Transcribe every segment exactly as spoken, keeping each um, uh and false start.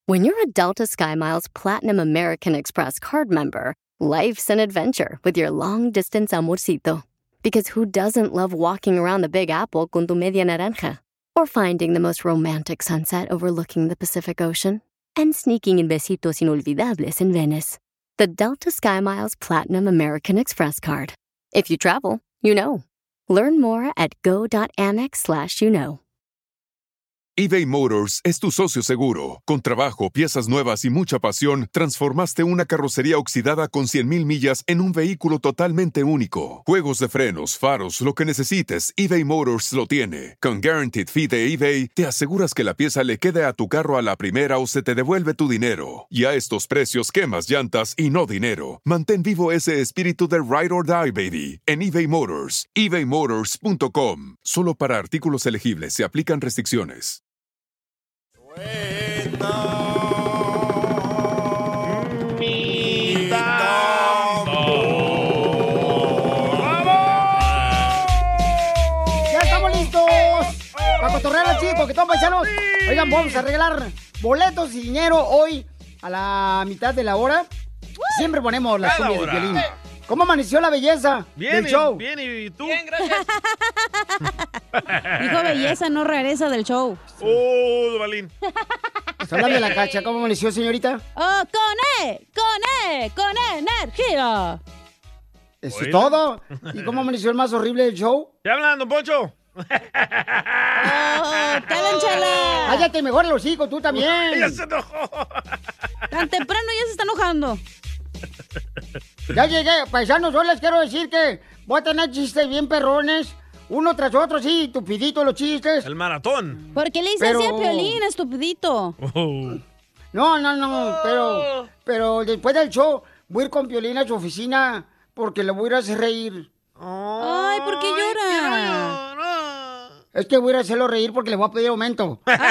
When you're a Delta SkyMiles Platinum American Express card member, life's an adventure with your long-distance amorcito. Because who doesn't love walking around the Big Apple con tu media naranja? Or finding the most romantic sunset overlooking the Pacific Ocean? And sneaking in besitos inolvidables in Venice. The Delta SkyMiles Platinum American Express card. If you travel, you know. Learn more at go.amex slash you know. eBay Motors es tu socio seguro. Con trabajo, piezas nuevas y mucha pasión, transformaste una carrocería oxidada con cien mil millas en un vehículo totalmente único. Juegos de frenos, faros, lo que necesites, eBay Motors lo tiene. Con Guaranteed Fee de eBay, te aseguras que la pieza le quede a tu carro a la primera o se te devuelve tu dinero. Y a estos precios, quemas llantas y no dinero. Mantén vivo ese espíritu de Ride or Die, baby, en eBay Motors. ebay motors punto com. Solo para artículos elegibles se aplican restricciones. Mi tambo. ¡Ya estamos listos! Para cotorrear al chico, que todos paisanos. Oigan, vamos a regalar boletos y dinero hoy a la mitad de la hora. Siempre ponemos las Cada cumbias de hora. violín. ¿Cómo amaneció la belleza Bien, del show? bien, ¿y tú? Bien, gracias. Dijo belleza, no rareza del show. Oh, Duvalín. Está hablando de la Cacha. ¿Cómo amaneció, señorita? Oh, con E, con E, con E, energía. Eso es Oíla. todo. ¿Y cómo amaneció el más horrible del show? ¿Qué hablan, don Poncho? Oh, cálanchala. Cállate mejor los hijos, tú Ella también. se enojó. Tan temprano ya se está enojando. Ya llegué, paisanos, yo les quiero decir que voy a tener chistes bien perrones, uno tras otro, sí, tupidito los chistes. El maratón. ¿Por qué le dices Pero- así a Piolín, estupidito? Oh. No, no, no, pero, pero después del show voy a ir con Piolín a su oficina porque le voy a ir a hacer reír. Ay, ¿por qué llora? Es que voy a ir a hacerlo reír porque le voy a pedir aumento. De-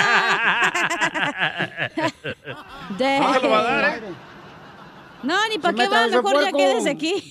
No se lo va a dar, ¿eh? No, ni Se para me qué va, atravesó el mejor ya puerco. quédese aquí.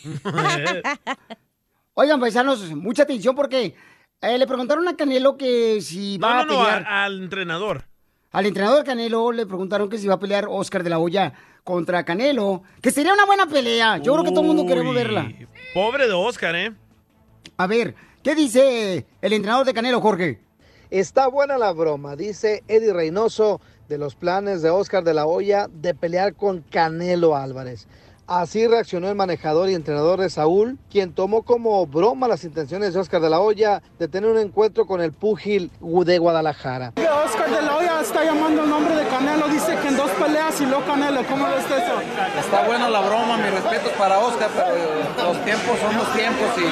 Oigan, paisanos, mucha atención porque eh, le preguntaron a Canelo que si va No, no, a no, pelear. a- al entrenador. Al entrenador Canelo le preguntaron que si va a pelear Oscar de la Hoya contra Canelo, que sería una buena pelea. Yo creo que todo el mundo queremos Uy, verla. Pobre de Oscar, ¿eh? A ver, ¿qué dice el entrenador de Canelo, Jorge? Está buena la broma, dice Eddie Reynoso, de los planes de Oscar de la Hoya de pelear con Canelo Álvarez. Así reaccionó el manejador y entrenador de Saúl, quien tomó como broma las intenciones de Oscar de la Hoya de tener un encuentro con el púgil de Guadalajara. Oscar de la Hoya está llamando el nombre de Canelo, dice que en dos peleas y luego Canelo. ¿Cómo ves eso? Está buena la broma, mis respetos para Oscar, pero los tiempos son los tiempos y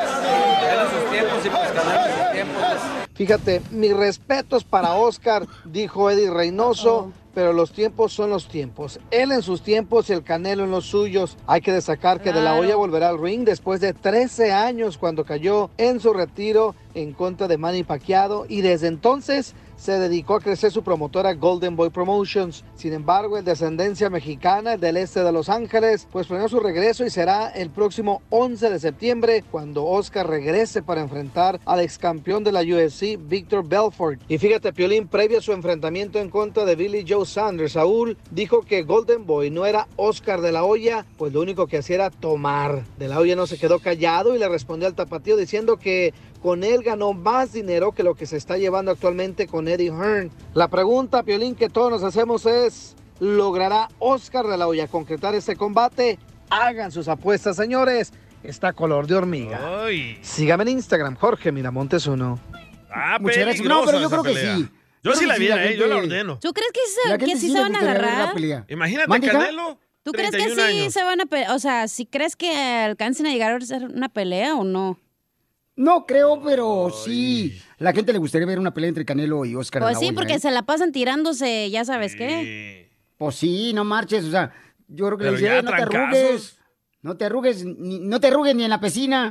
él en sus tiempos y pues Canelo en sus tiempos. Fíjate, mis respetos para Oscar, dijo Eddie Reynoso, pero los tiempos son los tiempos. Él en sus tiempos y el Canelo en los suyos. Hay que destacar que De la Hoya volverá al ring después de trece años cuando cayó en su retiro en contra de Manny Pacquiao y desde entonces se dedicó a crecer su promotora Golden Boy Promotions. Sin embargo, el de ascendencia mexicana del este de Los Ángeles, pues planeó su regreso y será el próximo once de septiembre cuando Oscar regrese para enfrentar al ex campeón de la U F C, Victor Belfort. Y fíjate, Piolín, previo a su enfrentamiento en contra de Billy Joe Saunders, Saúl dijo que Golden Boy no era Oscar de la Hoya, pues lo único que hacía era tomar. De la Hoya no se quedó callado y le respondió al tapatío diciendo que con él ganó más dinero que lo que se está llevando actualmente con Eddie Hearn. La pregunta, Piolín, que todos nos hacemos es, ¿logrará Oscar de la Hoya concretar este combate? Hagan sus apuestas, señores. Está color de hormiga. Ay. Sígame en Instagram, Jorge Miramontes uno. Ah, Muchas gracias. No, pero yo creo que sí. Yo sí creo la que viera, la eh, yo la gente- ordeno. ¿Tú crees que, se- La que gente sí sí se le van a gustaría ver agarrar? la pelea. Imagínate, ¿Mande, hija? Canelo, ¿Tú crees que treinta y un sí años. se van a pelear? O sea, ¿sí crees que alcancen a llegar a hacer una pelea o no? No creo, pero sí. La gente le gustaría ver una pelea entre Canelo y Oscar de Pues la sí, Hoya, porque ¿eh? se la pasan tirándose, ya sabes qué. Pues sí, no marches, o sea, yo creo que le Pero decía, ya "Eh, no te trancazos". arrugues, no te arrugues, ni, no te arrugues ni en la piscina.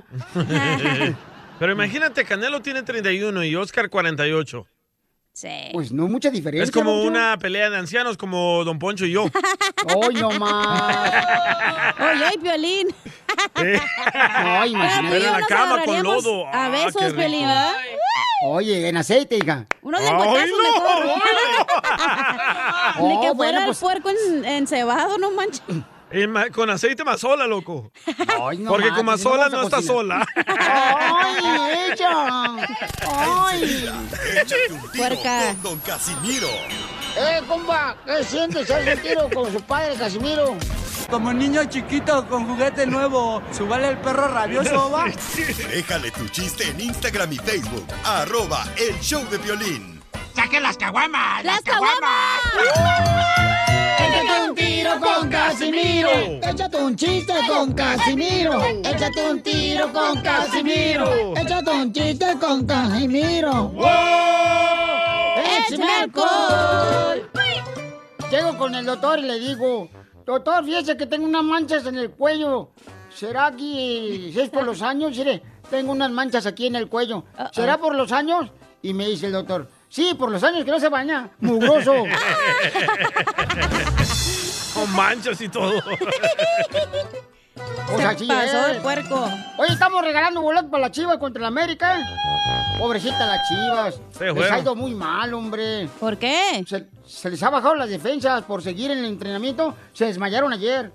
Pero imagínate, Canelo tiene treinta y uno y Oscar cuarenta y ocho. Sí. Pues no mucha diferencia. Es como Poncho. una pelea de ancianos como Don Poncho y yo. Hoy no más. Oye, ay, Piolín. Eh, Ay, Pero tú y Pero yo en la nos cama con agarraríamos lodo. A Ah, besos, qué rico. Piolín, ¿verdad? Oye, en aceite, hija. Unos lengüetazos mejor. Ni que Oh, fuera bueno, el pues- puerco en, encebado, no manches. Eh, ma- con aceite mazola, loco. Ay, no Porque con manches, si no mazola vamos a no está cocinar. sola. ¡Ay, ella! ¡Ay! Échate un tiro Puerca. con Don Casimiro. ¡Eh, compa! ¿Qué sientes? ¿Haz un tiro con su padre, Casimiro? Como niño chiquito con juguete nuevo, ¿subale el perro rabioso, va? Déjale tu chiste en Instagram y Facebook. Arroba El Show de Piolín. ¡Saquen las caguamas! ¡Las caguamas! Échate un tiro con Casimiro. Échate un chiste con Casimiro. Échate un tiro con Casimiro. Échate un chiste con Casimiro. ¡Wow! ¡Échame alcohol! Llego con el doctor y le digo, doctor, fíjese que tengo unas manchas en el cuello. ¿Será que si es por los años? Mire, tengo unas manchas aquí en el cuello. ¿Será por los años? Y me dice el doctor, sí, por los años que no se baña. Mugroso. Con manchas y todo. Pues Se así pasó es. de puerco. Oye, estamos regalando boletos para las Chivas contra la América. Pobrecita las Chivas. Sí, les bueno. ha ido muy mal, hombre. ¿Por qué? Se, se les ha bajado las defensas por seguir en el entrenamiento. Se desmayaron ayer.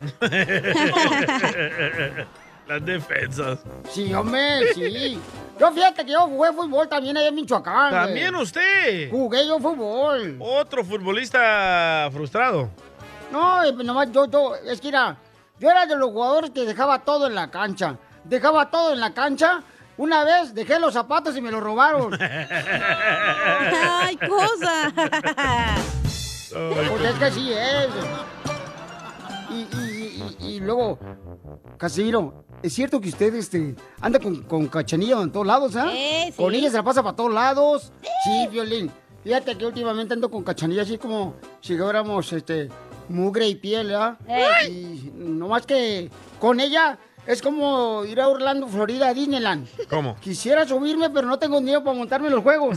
Las defensas. Sí, hombre, sí. Yo fíjate que yo jugué fútbol también allá en Michoacán. güey. También usted. Jugué yo fútbol. Otro futbolista frustrado. No, eh, nomás yo, yo, es que era, yo era de los jugadores que dejaba todo en la cancha. Dejaba todo en la cancha. Una vez dejé los zapatos y me los robaron. ¡Ay, cosa! Porque es que así es. Y, y, y, y luego, Casimiro, ¿es cierto que usted este, anda con, con Cachanilla en todos lados, ah? Sí, sí. Con ella se la pasa para todos lados. Sí, Violín. Fíjate que últimamente ando con Cachanilla así como si fuéramos este, mugre y piel, ¿ah? Y nomás que con ella es como ir a Orlando, Florida, a Disneyland. ¿Cómo? Quisiera subirme, pero no tengo dinero para montarme en los juegos.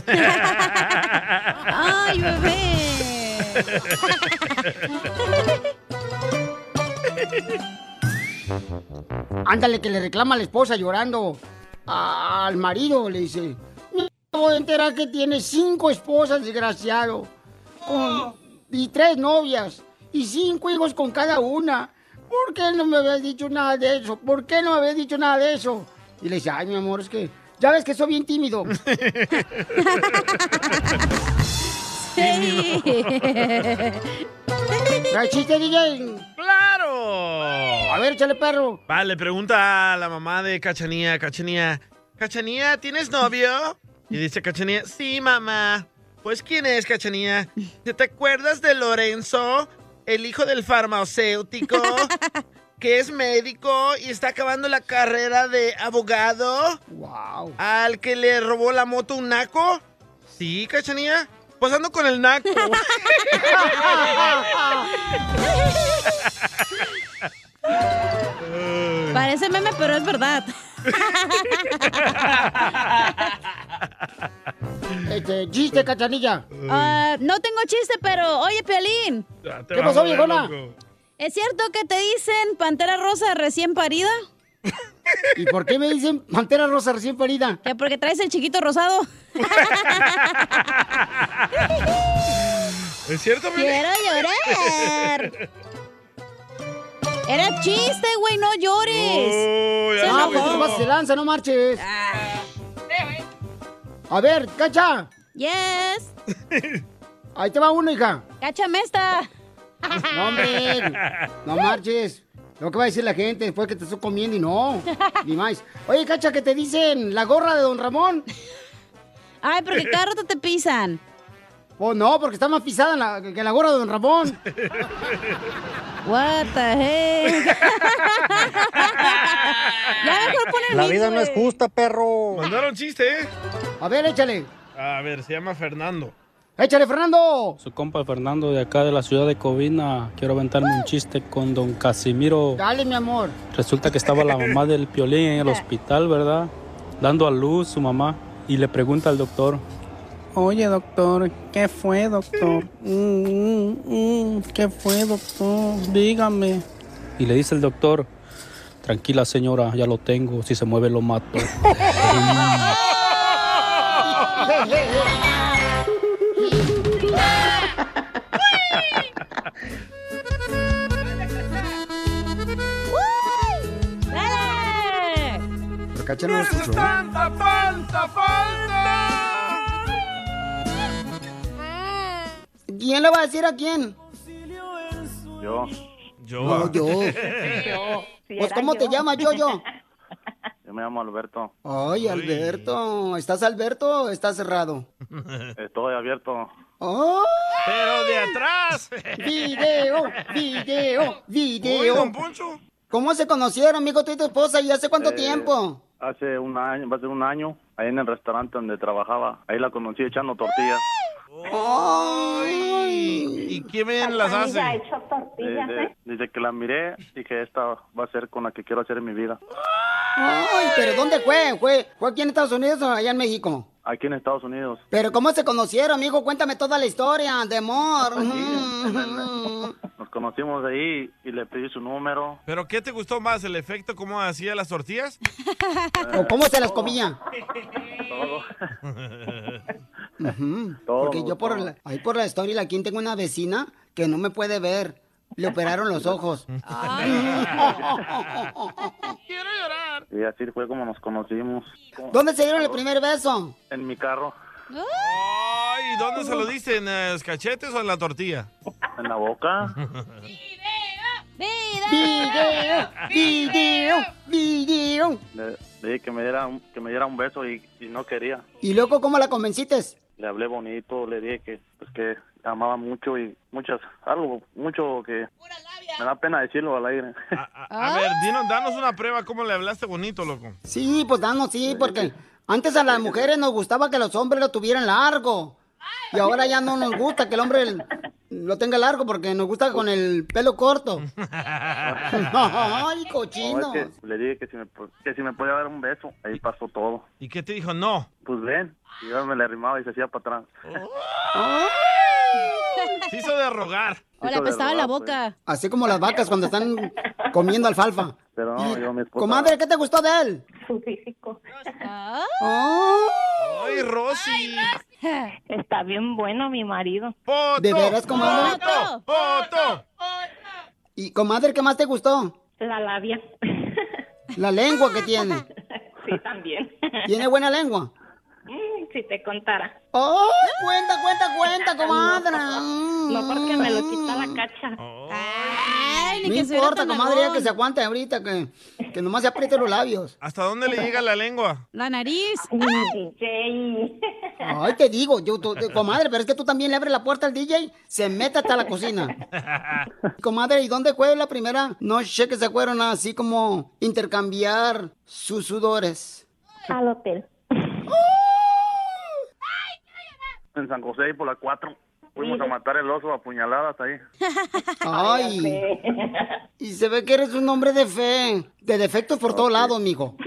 ¡Ay, bebé! Ándale, que le reclama a la esposa llorando a- al marido, le dice, me voy a enterar que tiene cinco esposas, desgraciado, con- y tres novias, y cinco hijos con cada una. ¿Por qué no me habías dicho nada de eso? ¿Por qué no me habías dicho nada de eso? Y le dice, ay, mi amor, es que ya ves que soy bien tímido. Sí. ¿Trae chiste, D J? ¡Claro! A ver, échale, perro. Vale, pregunta a la mamá de Cachanía, Cachanía, Cachanía, ¿tienes novio? Y dice Cachanía, sí, mamá. Pues, ¿quién es, Cachanía? ¿Te acuerdas de Lorenzo, el hijo del farmacéutico, que es médico y está acabando la carrera de abogado? Wow. ¿Al que le robó la moto un naco? Sí, Cachanía. Pues ando con el naco. Parece meme, pero es verdad. Este, chiste, Cachanilla. Ah, no tengo chiste, pero oye, Piolín, ¿Qué pasó, viejona? ¿es cierto que te dicen pantera rosa recién parida? ¿Y por qué me dicen pantera rosa recién parida? Que porque traes el chiquito rosado. ¿Es cierto, Piolín? Quiero llorar. Era chiste, güey, no llores. Oh, ya Se Ah, lo pues veo. te vas, se lanza, no marches. A ver, Cacha. Yes. Ahí te va uno, hija. Cáchame esta. No, hombre. No marches. Lo que va a decir la gente después que te estoy comiendo y no. Ni más. Oye, Cacha, ¿qué te dicen? ¿La gorra de Don Ramón? Ay, porque cada rato te pisan. Oh, no, porque está más pisada en la- que la gorra de Don Ramón. What the heck. Ya mejor pon el La mix, vida no es güey. justa, perro. Mandaron chiste, ¿eh? A ver, échale. A ver, se llama Fernando. Échale, Fernando. Su compa Fernando de acá de la ciudad de Covina. Quiero aventarme un chiste con don Casimiro. Dale, mi amor. Resulta que estaba la mamá del Piolín en el hospital, ¿verdad? Dando a luz su mamá. Y le pregunta al doctor, oye, doctor, ¿qué fue, doctor? Mm, mm, mm, ¿Qué fue, doctor? Dígame. Y le dice el doctor, tranquila, señora, ya lo tengo. Si se mueve, lo mato. Pero Cacha no lo escuchó. ¡Falta, falta, falta! ¿Quién le va a decir a quién? Yo. Yo. No, yo. Yo. Sí, Pues, era ¿cómo te yo. llamas, yo, yo? Yo me llamo Alberto. Ay, Alberto. ¿Estás Alberto o estás cerrado? Estoy abierto. ¡Oh! ¡Pero de atrás! ¡Video! ¡Video! ¡Video! Uy, don Poncho. ¿Cómo se conocieron, amigo, tú y tu esposa? ¿Y hace cuánto Eh, tiempo? Hace un año, va a ser un año, ahí en el restaurante donde trabajaba. Ahí la conocí echando tortillas. Ay, ¿y qué bien las hace? Ha hecho tortillas, Desde, ¿eh? desde que la miré, dije, esta va a ser con la que quiero hacer en mi vida. Ay, ¿pero dónde fue? ¿Fue, fue aquí en Estados Unidos o allá en México? Aquí en Estados Unidos. ¿Pero cómo se conocieron, amigo? Cuéntame toda la historia de amor. Nos conocimos ahí y le pedí su número. ¿Pero qué te gustó más? ¿El efecto cómo hacía las tortillas? ¿O cómo se las comía? Todo. Ujú. Todo, Porque yo por todo. la, ahí por la story aquí tengo una vecina que no me puede ver. Le operaron los ojos. Quiero llorar. Y así fue como nos conocimos. ¿Dónde se dieron el primer beso? En mi carro, Ay, ¿dónde se lo diste? ¿En los cachetes o en la tortilla? en la boca. Video, video, video. Le, le dije que me diera un, que me diera un beso y, y no quería. ¿Y luego cómo la convenciste? Le hablé bonito, le dije que pues que la amaba mucho y muchas, algo mucho que me da pena decirlo al aire. A, a ver, dinos, danos una prueba cómo le hablaste bonito, loco. Sí, pues danos, sí, porque antes a las mujeres nos gustaba que los hombres lo tuvieran largo. Y ahora ya no nos gusta que el hombre lo tenga largo porque nos gusta con el pelo corto. Ay, cochino. No, es que le dije que si, me, que si me podía dar un beso, ahí pasó todo. ¿Y qué te dijo? No. Pues ven, y yo me le arrimaba y se hacía para atrás. Se hizo de rogar. O le apestaba la boca. Así como las vacas cuando están comiendo alfalfa. Pero no, yo mi esposa... Comadre, ¿qué te gustó de él? Su físico. ¡Ay, Rosy! Está bien bueno mi marido. ¡Foto! ¿De veras, comadre? ¡Foto! ¡Foto! Y, comadre, ¿qué más te gustó? La labia. La lengua que tiene. Sí, también. ¿Tiene buena lengua? Mm, si te contara. ¡Oh! Cuenta, cuenta, cuenta, comadre. No, porque me lo quita la cacha. Ay, ni No que se importa, hubiera comadre, ya tanagón. que se aguante ahorita, que, que nomás se apriete los labios. ¿Hasta dónde le llega la lengua? La nariz. D J. Ay, te digo, yo, tú- comadre, pero es que tú también le abres la puerta al D J, se mete hasta la cocina. Comadre, ¿y dónde fue la primera noche que se fueron a así como intercambiar sus sudores? Al hotel. En San José y por la cuatro. Fuimos a matar el oso a puñaladas ahí. Ay, y se ve que eres un hombre de fe, de defectos por todos lados, mijo.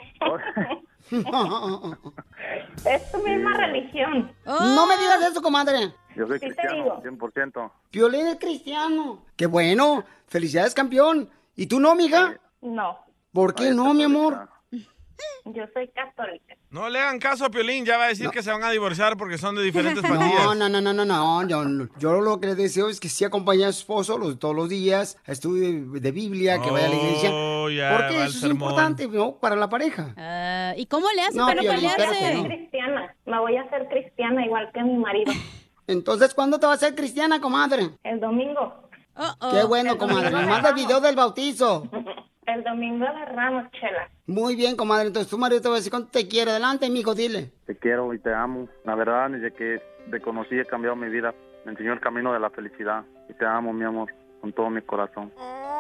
Es tu misma religión. No me digas eso, comadre. Yo soy Sí te cristiano, digo. cien por ciento. Piolín es cristiano. Qué bueno, felicidades, campeón. ¿Y tú no, mija? No, ¿Por qué no, mi amor? yo soy católica. No le hagan caso a Piolín, ya va a decir que se van a divorciar porque son de diferentes pandillas. No, no, no, no, no, no. Yo, yo lo que le deseo es que sí acompañe a su esposo los, todos los días, estudie de Biblia, que vaya a la iglesia. Oh, ya Porque va el eso es sermón. importante, ¿no? Para la pareja. Ah, ¿y cómo le hacen No, para no Piolín, espérate, pelearse? no. Cristiana. Me voy a hacer cristiana igual que mi marido. Entonces, ¿cuándo te vas a ser cristiana, comadre? El domingo. Uh-oh. Qué bueno, El comadre. domingo Me manda el le video del bautizo. El domingo de Ramos, chela. Muy bien, comadre. Entonces, tu marido te va a decir cuánto te quiere. Adelante, mijo, dile. Te quiero y te amo. La verdad, desde que te conocí he cambiado mi vida. Me enseñó el camino de la felicidad. Y te amo, mi amor, con todo mi corazón.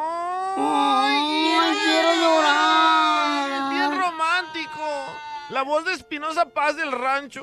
Ay, quiero llorar. Bien romántico. La voz de Espinosa Paz del rancho.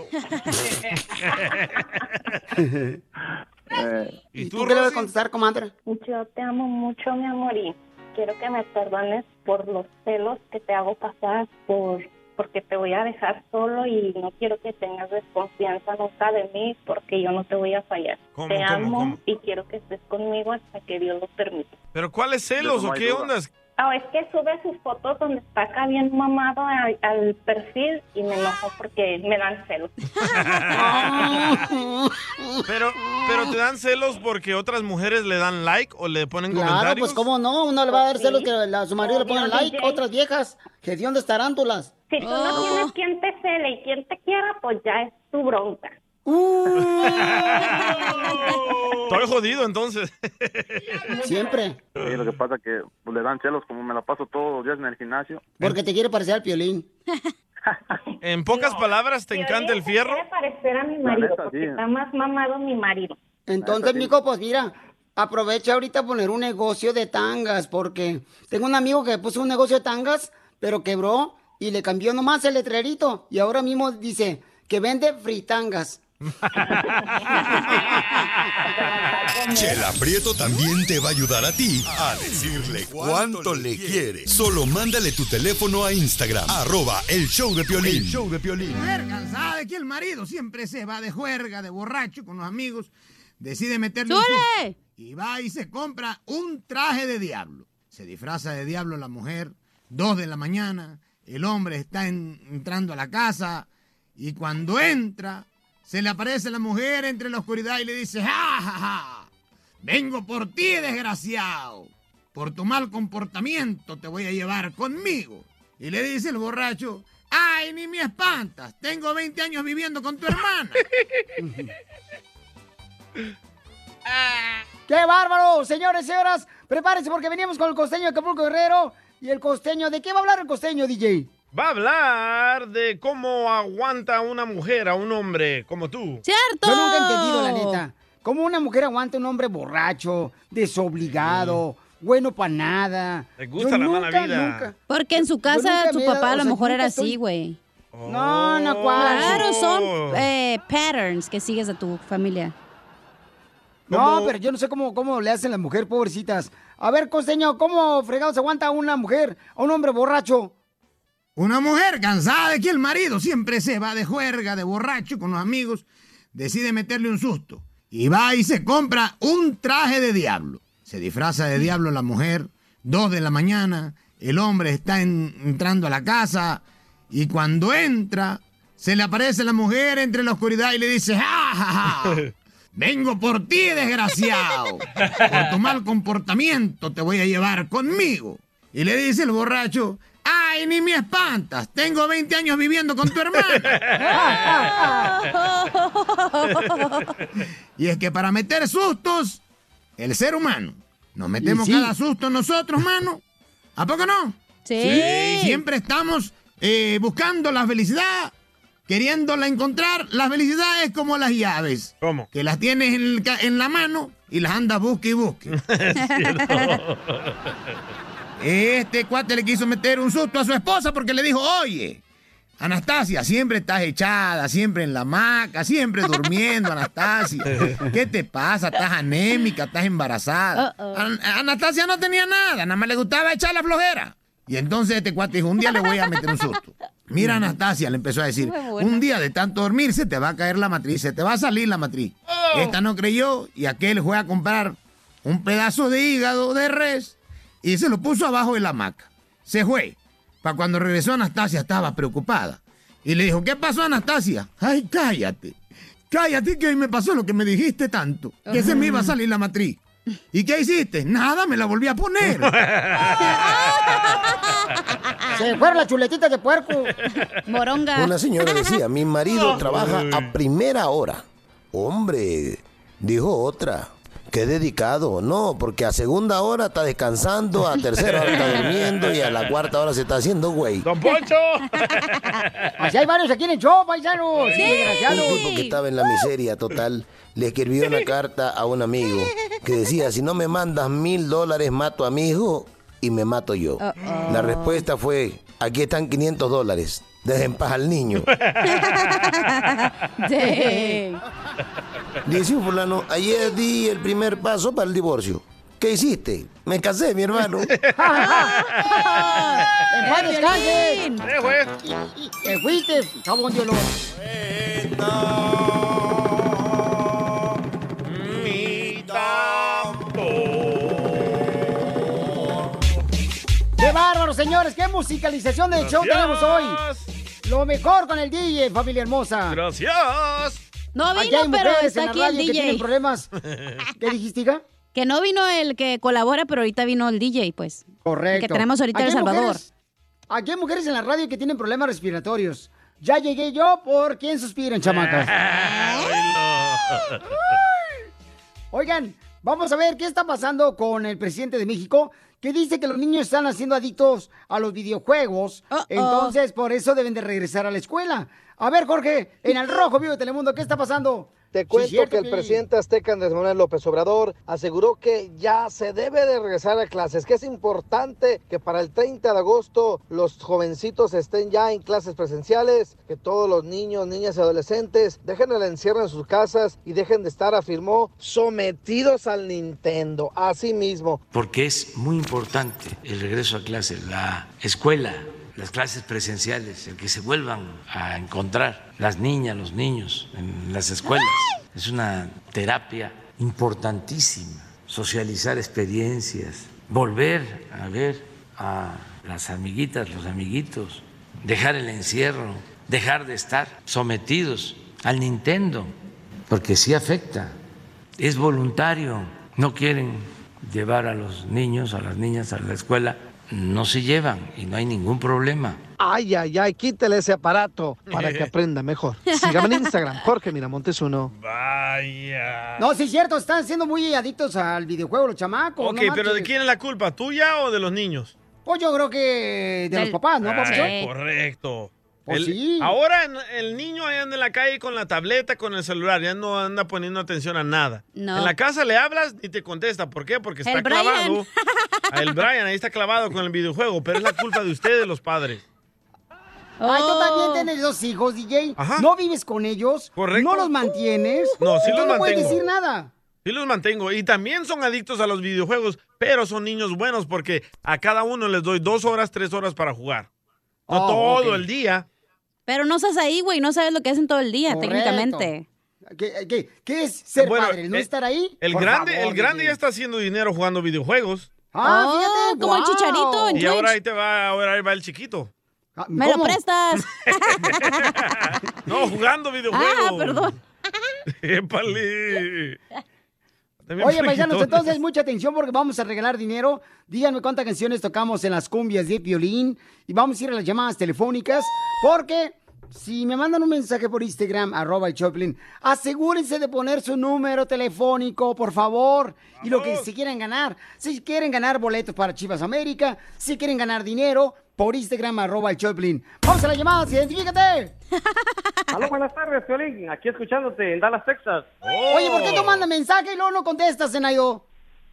Eh, ¿Y tú qué le vas a contestar, comadre? Yo te amo mucho, mi amor, y quiero que me perdones por los celos que te hago pasar, por porque te voy a dejar solo y no quiero que tengas desconfianza nunca de mí porque yo no te voy a fallar. ¿Cómo, te cómo, amo cómo? y quiero que estés conmigo hasta que Dios lo permita. ¿Pero cuáles celos Eso no o hay qué duda. ondas? Oh, es que sube sus fotos donde está acá bien mamado al, al perfil y me enojo porque me dan celos. Pero, pero te dan celos porque otras mujeres le dan like o le ponen Claro, comentarios. pues cómo no, uno le va a dar Sí. celos que la- a su marido le Obvio, pongan like, D J. otras viejas, que de dónde tarántulas. Si tú no tienes quien te cele y quien te quiera, pues ya es tu bronca. Estoy jodido entonces. Siempre. Sí, lo que pasa es que pues, le dan celos como me la paso todos los días en el gimnasio. Porque te quiere parecer al Piolín. En pocas palabras, ¿te encanta el fierro? Quiere parecer a mi marido neta, porque sí. está más mamado mi marido. Entonces, mijo, pues mira, aprovecha ahorita a poner un negocio de tangas, porque tengo un amigo que puso un negocio de tangas, pero quebró y le cambió nomás el letrerito. Y ahora mismo dice que vende fritangas. Chela Prieto también te va a ayudar a ti a decirle cuánto le quiere. Solo mándale tu teléfono a Instagram, arroba el show de Piolín. El show de Piolín. Mujer cansada de que el marido siempre se va de juerga, de borracho con los amigos, decide meterle un susto y va y se compra un traje de diablo. Se disfraza de diablo la mujer, dos de la mañana, el hombre está en- entrando a la casa y cuando entra se le aparece la mujer entre la oscuridad y le dice, ¡ja, ja, ja! Vengo por ti, desgraciado. Por tu mal comportamiento te voy a llevar conmigo. Y le dice el borracho, ¡ay, ni me espantas! Tengo veinte años viviendo con tu hermana. ¡Qué bárbaro! Señores y señoras, prepárense porque venimos con el costeño de Acapulco Guerrero. Y el costeño, ¿de qué va a hablar el costeño, D J? Va a hablar de cómo aguanta una mujer a un hombre como tú. ¡Cierto! Yo nunca he entendido, la neta. ¿Cómo una mujer aguanta un hombre borracho, desobligado, bueno para nada? Le gusta Yo la mala nunca, vida. nunca- Porque en su Yo casa nunca su me he papá dado- a lo o sea, mejor era nunca estoy- así, güey. No, no, ¿cuál? Claro, son eh, patterns que sigues de tu familia. No, pero yo no sé cómo, cómo le hacen las mujeres, pobrecitas. A ver, costeño, ¿cómo fregados aguanta a una mujer, a un hombre borracho? Una mujer cansada de que el marido siempre se va de juerga, de borracho con los amigos, decide meterle un susto. Y va y se compra un traje de diablo. Se disfraza de diablo la mujer, dos de la mañana, el hombre está en- entrando a la casa y cuando entra, se le aparece la mujer entre la oscuridad y le dice, ¡ja, ja, ja! Vengo por ti, desgraciado. Por tu mal comportamiento te voy a llevar conmigo. Y le dice el borracho, ¡ay, ni me espantas! Tengo veinte años viviendo con tu hermana. Y es que para meter sustos, el ser humano, nos metemos Y sí. cada susto nosotros, mano. ¿A poco no? Sí. Siempre estamos eh, buscando la felicidad, queriéndola encontrar. La felicidad es como las llaves. ¿Cómo? Que las tienes en, el ca- en la mano y las andas busque y busque. Este cuate le quiso meter un susto a su esposa porque le dijo, oye, Anastasia, siempre estás echada, siempre en la hamaca, siempre durmiendo, Anastasia. ¿Qué te pasa? Estás anémica, estás embarazada. Uh-oh. An- Anastasia no tenía nada, nada más le gustaba echar la flojera. Y entonces este cuate dijo, un día le voy a meter un susto. Mira, Anastasia, le empezó a decir, Muy buena. un día de tanto dormir se te va a caer la matriz, se te va a salir la matriz. Esta no creyó y aquel fue a comprar un pedazo de hígado de res y se lo puso abajo de la hamaca. Se fue. Para cuando regresó Anastasia estaba preocupada. Y le dijo, ¿qué pasó, Anastasia? Ay, cállate. Cállate que hoy me pasó lo que me dijiste tanto. Que se me iba a salir la matriz. ¿Y qué hiciste? Nada, me la volví a poner. Se fueron las chuletitas de puerco. Moronga. Una señora decía, mi marido trabaja a primera hora. Hombre, dijo otra, qué dedicado. No, porque a segunda hora está descansando, a tercera hora está durmiendo y a la cuarta hora se está haciendo güey. ¡Don Poncho! Así hay varios aquí en el show, paisanos. Sí. Desgraciados. Un tipo que estaba en la miseria total le escribió una carta a un amigo que decía, si no me mandas mil dólares mato a mi hijo y me mato yo. Uh-oh. La respuesta fue, aquí están quinientos dólares, dejen paz al niño. Sí. Dice un fulano, ayer di el primer paso para el divorcio. ¿Qué hiciste? Me casé, mi hermano. ¡En paz descanses! Piolín. ¡Eh, güey! Te fuiste, jabón de olor. Mi tambor. bárbaro, señores! ¡Qué musicalización de show tenemos hoy! Lo mejor con el D J, familia hermosa. Gracias. No Aquí vino, hay pero mujeres está en la aquí el radio D que tienen J. problemas. ¿Qué dijiste, hija? Que no vino el que colabora, pero ahorita vino el D J, pues. Correcto. El que tenemos ahorita en Aquí El hay Salvador. mujeres- Aquí hay mujeres en la radio que tienen problemas respiratorios. Ya llegué yo, ¿por quién suspiran, chamacas? Oigan, vamos a ver qué está pasando con el presidente de México, que dice que los niños están haciendo adictos a los videojuegos. Uh-oh. Entonces, por eso deben de regresar a la escuela. A ver, Jorge, en El Rojo Vivo de Telemundo, ¿qué está pasando? Te Sí, cuento cierto, que el Piolín. presidente azteca Andrés Manuel López Obrador aseguró que ya se debe de regresar a clases, que es importante que para el treinta de agosto los jovencitos estén ya en clases presenciales, que todos los niños, niñas y adolescentes dejen el encierro en sus casas y dejen de estar, afirmó, sometidos al Nintendo. Así mismo. Porque es muy importante el regreso a clase, la escuela, las clases presenciales, el que se vuelvan a encontrar las niñas, los niños en las escuelas. Es una terapia importantísima, socializar experiencias, volver a ver a las amiguitas, los amiguitos, dejar el encierro, dejar de estar sometidos al Nintendo, porque sí afecta, es voluntario, no quieren llevar a los niños, a las niñas a la escuela, no se llevan y no hay ningún problema. Ay, ay, ay, quítale ese aparato para que aprenda mejor. Sígame en Instagram, Jorge Miramontes uno. Vaya. No, sí es cierto, están siendo muy adictos al videojuego los chamacos. Ok, no pero ¿de marches. quién es la culpa? ¿Tuya o de los niños? Pues yo creo que de los papás, ¿no, Ah, papuchón? correcto. Pues El- sí. Ahora en- el niño ahí anda en la calle con la tableta, con el celular, ya no anda poniendo atención a nada. No. En la casa le hablas y te contesta. ¿Por qué? Porque está El Brian. clavado. Ah, El Brian ahí está clavado con el videojuego, pero es la culpa de ustedes, los padres. Ay, tú Oh. también tienes dos hijos, D J. Ajá. No vives con ellos. Correcto. No los mantienes. No, sí y tú los no puedes mantengo. decir nada. Sí los mantengo. Y también son adictos a los videojuegos, pero son niños buenos porque a cada uno les doy dos horas, tres horas para jugar. No Oh, todo ok. el día. Pero no estás ahí, güey, no sabes lo que hacen todo el día, Correcto. técnicamente. ¿Qué, qué- qué es ser Bueno, padre? ¿No eh, estar ahí? El Por grande, favor, el grande D J. ya está haciendo dinero jugando videojuegos. Ah, Oh, fíjate. como el guau. Chicharito en Y ahora ahí Twitch. te va, ahora ahí va el chiquito. Ah, Me lo ¿cómo? prestas. No, jugando videojuegos. Ah, perdón. Épale. También Oye, paisanos, friquitones. entonces mucha atención porque vamos a regalar dinero. Díganme cuántas canciones tocamos en las cumbias de Piolín. Y vamos a ir a las llamadas telefónicas porque si me mandan un mensaje por Instagram, arroba el Choplin, asegúrense de poner su número telefónico, por favor. Y lo que si quieren ganar. Si quieren ganar boletos para Chivas América, si quieren ganar dinero, por Instagram, arroba el Choplin. Vamos a las llamadas, identifícate. Aló, buenas tardes, Piolín. Aquí escuchándote en Dallas, Texas. Oye, ¿por qué tú mandas mensaje y luego no contestas, Zenayo?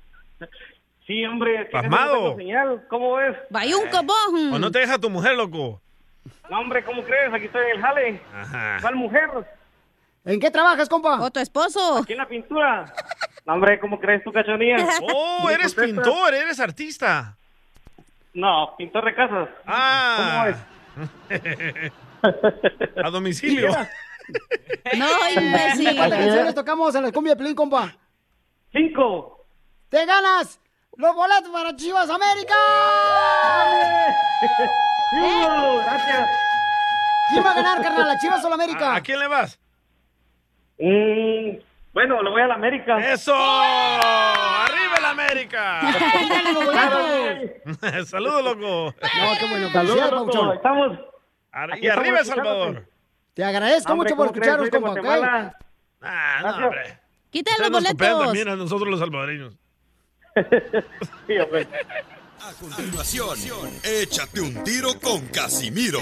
Sí, hombre. tienes Pasmado. una buena señal. ¿Cómo es? Vaya un cobón. O no te deja tu mujer, loco. No, hombre, ¿cómo crees? Aquí estoy en el jale. Ajá. ¿Cuál mujer? ¿En qué trabajas, compa? O tu esposo. Aquí en la pintura. No, hombre, ¿cómo crees tú, cachonía? Oh, Ni eres contestas. pintor, eres artista. No, pintor de casas. Ah. ¿Cómo es? A domicilio. No, ¿Cuántas imbécil. canciones tocamos en la cumbia de Piolín, compa? Cinco. ¡Te ganas los boletos para Chivas América! ¡Uh! Gracias. ¿Quién va a ganar, carnal? ¿La Chivas o la América? ¿A, a quién le vas? Mm, bueno, lo voy a la América. ¡Eso! ¡Arriba la América! ¡Díganle los boletos! Saludos, loco. No, qué bueno. Saludos, Felicidades, loco. Pauchón. Estamos. Ar- Aquí Y arriba El estamos Salvador. Te agradezco Hombre, mucho por ¿cómo crees? escucharnos, Soy de compa, ¿ok? Guatemala. Ah, no, Gracias. hombre. Quítale Ustedes los nos copian boletos. también a nosotros los salvadoreños. Sí, hombre. A continuación, échate un tiro con Casimiro.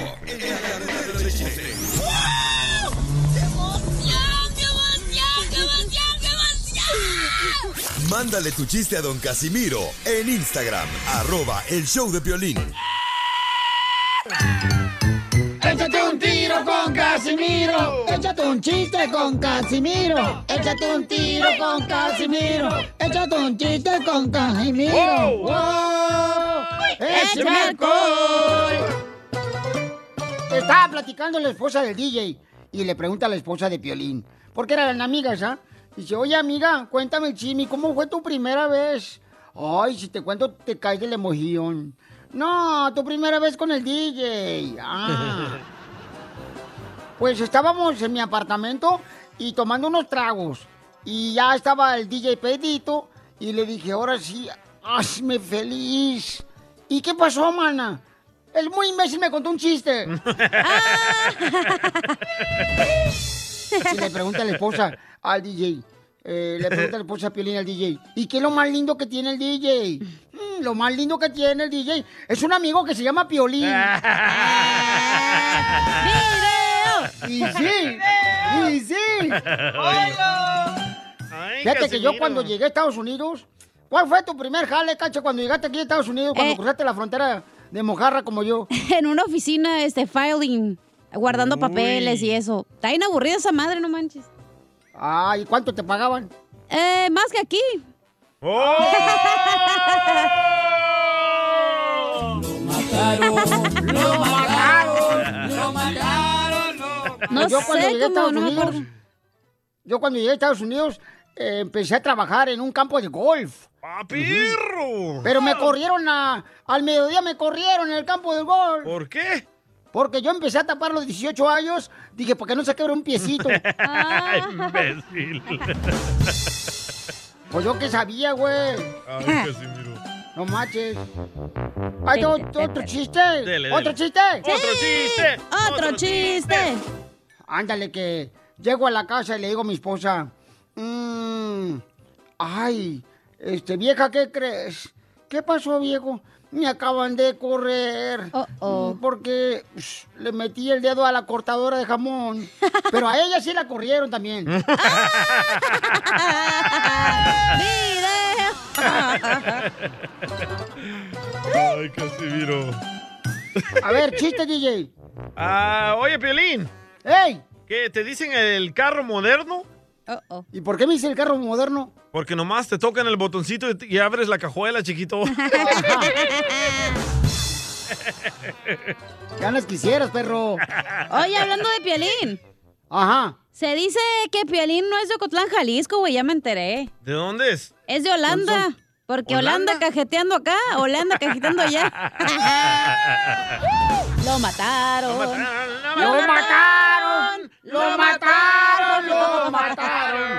Mándale tu chiste a don Casimiro en Instagram, arroba el show de Piolín. Échate un tiro con Casimiro. Échate un chiste con Casimiro. Échate un tiro con Casimiro. Échate un chiste con Casimiro. ¡Wow! ¡Wow! ¡Échame ¡Échame alcohol! Estaba platicando la esposa del D J y le pregunta a la esposa de Piolín, porque eran amigas, ¿ah? Dice, oye, amiga, cuéntame, Chimi, ¿cómo fue tu primera vez? Ay, si te cuento, te caes de la emoción. No, tu primera vez con el D J. Ah. Pues estábamos en mi apartamento y tomando unos tragos. Y ya estaba el D J pedito. Y le dije, ahora sí, hazme feliz. ¿Y qué pasó, mana? El muy imbécil me contó un chiste. Y le pregunta a la esposa al D J. Eh, le pregunta a la esposa Piolín al D J. ¿Y qué es lo más lindo que tiene el D J? Mm, lo más lindo que tiene el D J es un amigo que se llama Piolín. ¡Y sí! ¡Y sí! Fíjate que yo cuando llegué a Estados Unidos... ¿Cuál fue tu primer jale, Cacha, cuando llegaste aquí a Estados Unidos, cuando Eh. cruzaste la frontera de mojarra como yo? En una oficina, este, filing, guardando Uy. papeles y eso. Está bien aburrida esa madre, no manches. Ah, ¿y cuánto te pagaban? Eh, más que aquí. ¡Oh! ¡Lo mataron! ¡Lo mataron! ¡Lo mataron! No yo cuando sé llegué a cómo, Estados no me Unidos, acuerdo. yo cuando llegué a Estados Unidos, eh, empecé a trabajar en un campo de golf. ¡Ah, perro! Pero me corrieron a, al mediodía, me corrieron en el campo de golf. ¿Por qué? Porque yo empecé a tapar los dieciocho años, dije, porque no se quebre un piecito. ¡Imbécil! Pues yo qué sabía, güey. Ay, Casimiro. No manches. ¿Hay otro, otro chiste? Dele, ¿Otro dele. chiste? ¡Otro chiste! ¡Otro chiste! Ándale, que llego a la casa y le digo a mi esposa, mmm, ay, este, vieja, ¿qué crees? ¿Qué pasó, viejo? Me acaban de correr. Uh-oh. Porque psh, le metí el dedo a la cortadora de jamón. Pero a ella sí la corrieron también. Ay, Casimiro. A ver, chiste, D J. Ah, oye, Piolín. ¡Ey! ¿Qué? ¿Te dicen el carro moderno? Uh-oh. ¿Y por qué me dice el carro moderno? Porque nomás te tocan el botoncito y, y abres la cajuela, chiquito. Ganas quisieras, perro. Oye, hablando de Piolín. Ajá. Se dice que Piolín no es de Ocotlán, Jalisco, güey, ya me enteré. ¿De dónde es? Es de Holanda. Porque Holanda, ¿Holanda? cajeteando acá, Holanda cajeteando allá. Lo mataron. ¡Lo mataron! ¡Lo mataron! ¡Lo mataron!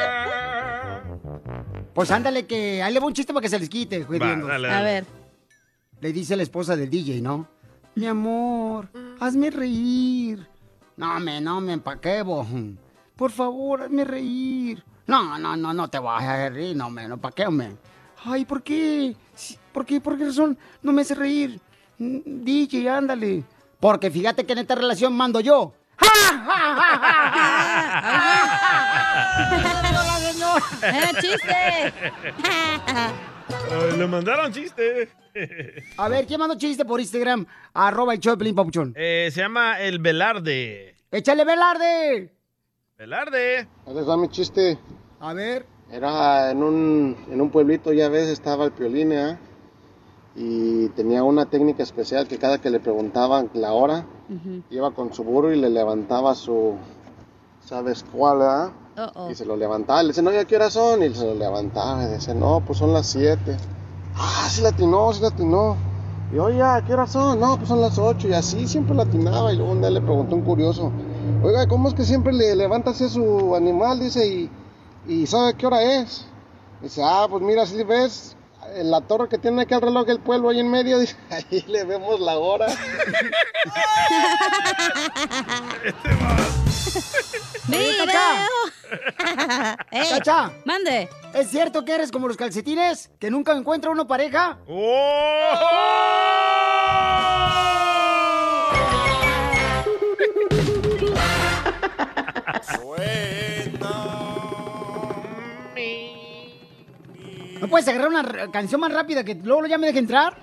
Pues ándale, que ahí le voy un chiste para que se les quite. Va, dale, dale. A ver. Le dice la esposa del D J, ¿no? Mi amor, hazme reír. No, me, no, me empaquebo. Por favor, hazme reír. No, no, no, no te vas a reír. No, me, no paqueame. Ay, ¿por qué? Sí, ¿Por qué? ¿Por qué razón no me hace reír? Mm, D J, ándale. Porque fíjate que en esta relación mando yo. ¡Era chiste! Ay, le mandaron chiste. A ver, ¿quién mandó chiste por Instagram? Arroba el show de Pelín Papuchón. Eh, se llama El Velarde. ¡Échale, Velarde! Velarde. Ahí les va mi chiste. A ver. Era en un, en un pueblito, ya ves, estaba el Piolín, ¿eh? Y tenía una técnica especial que cada que le preguntaban la hora, Ujú. iba con su burro y le levantaba su, ¿sabes cuál, eh? Uh-oh. Y se lo levantaba, y le dice, no, ¿ya qué horas son? Y se lo levantaba, y dice, no, pues son las siete. Ah, sí latinó, sí latinó. Y oye, ¿a qué horas son? No, pues son las ocho, y así siempre latinaba. Y luego un día le preguntó un curioso, oiga, ¿cómo es que siempre le levanta así a su animal? Dice, y, y ¿sabe qué hora es? Dice, ah, pues mira, si ves en la torre que tiene aquí el reloj del pueblo ahí en medio, dice, ahí le vemos la hora. Oye, Cacha. Ey, Cacha. Mande. ¿Es cierto que eres como los calcetines? ¿Que nunca encuentra uno pareja? ¿No puedes agarrar una r- canción más rápida que luego ya me deje entrar?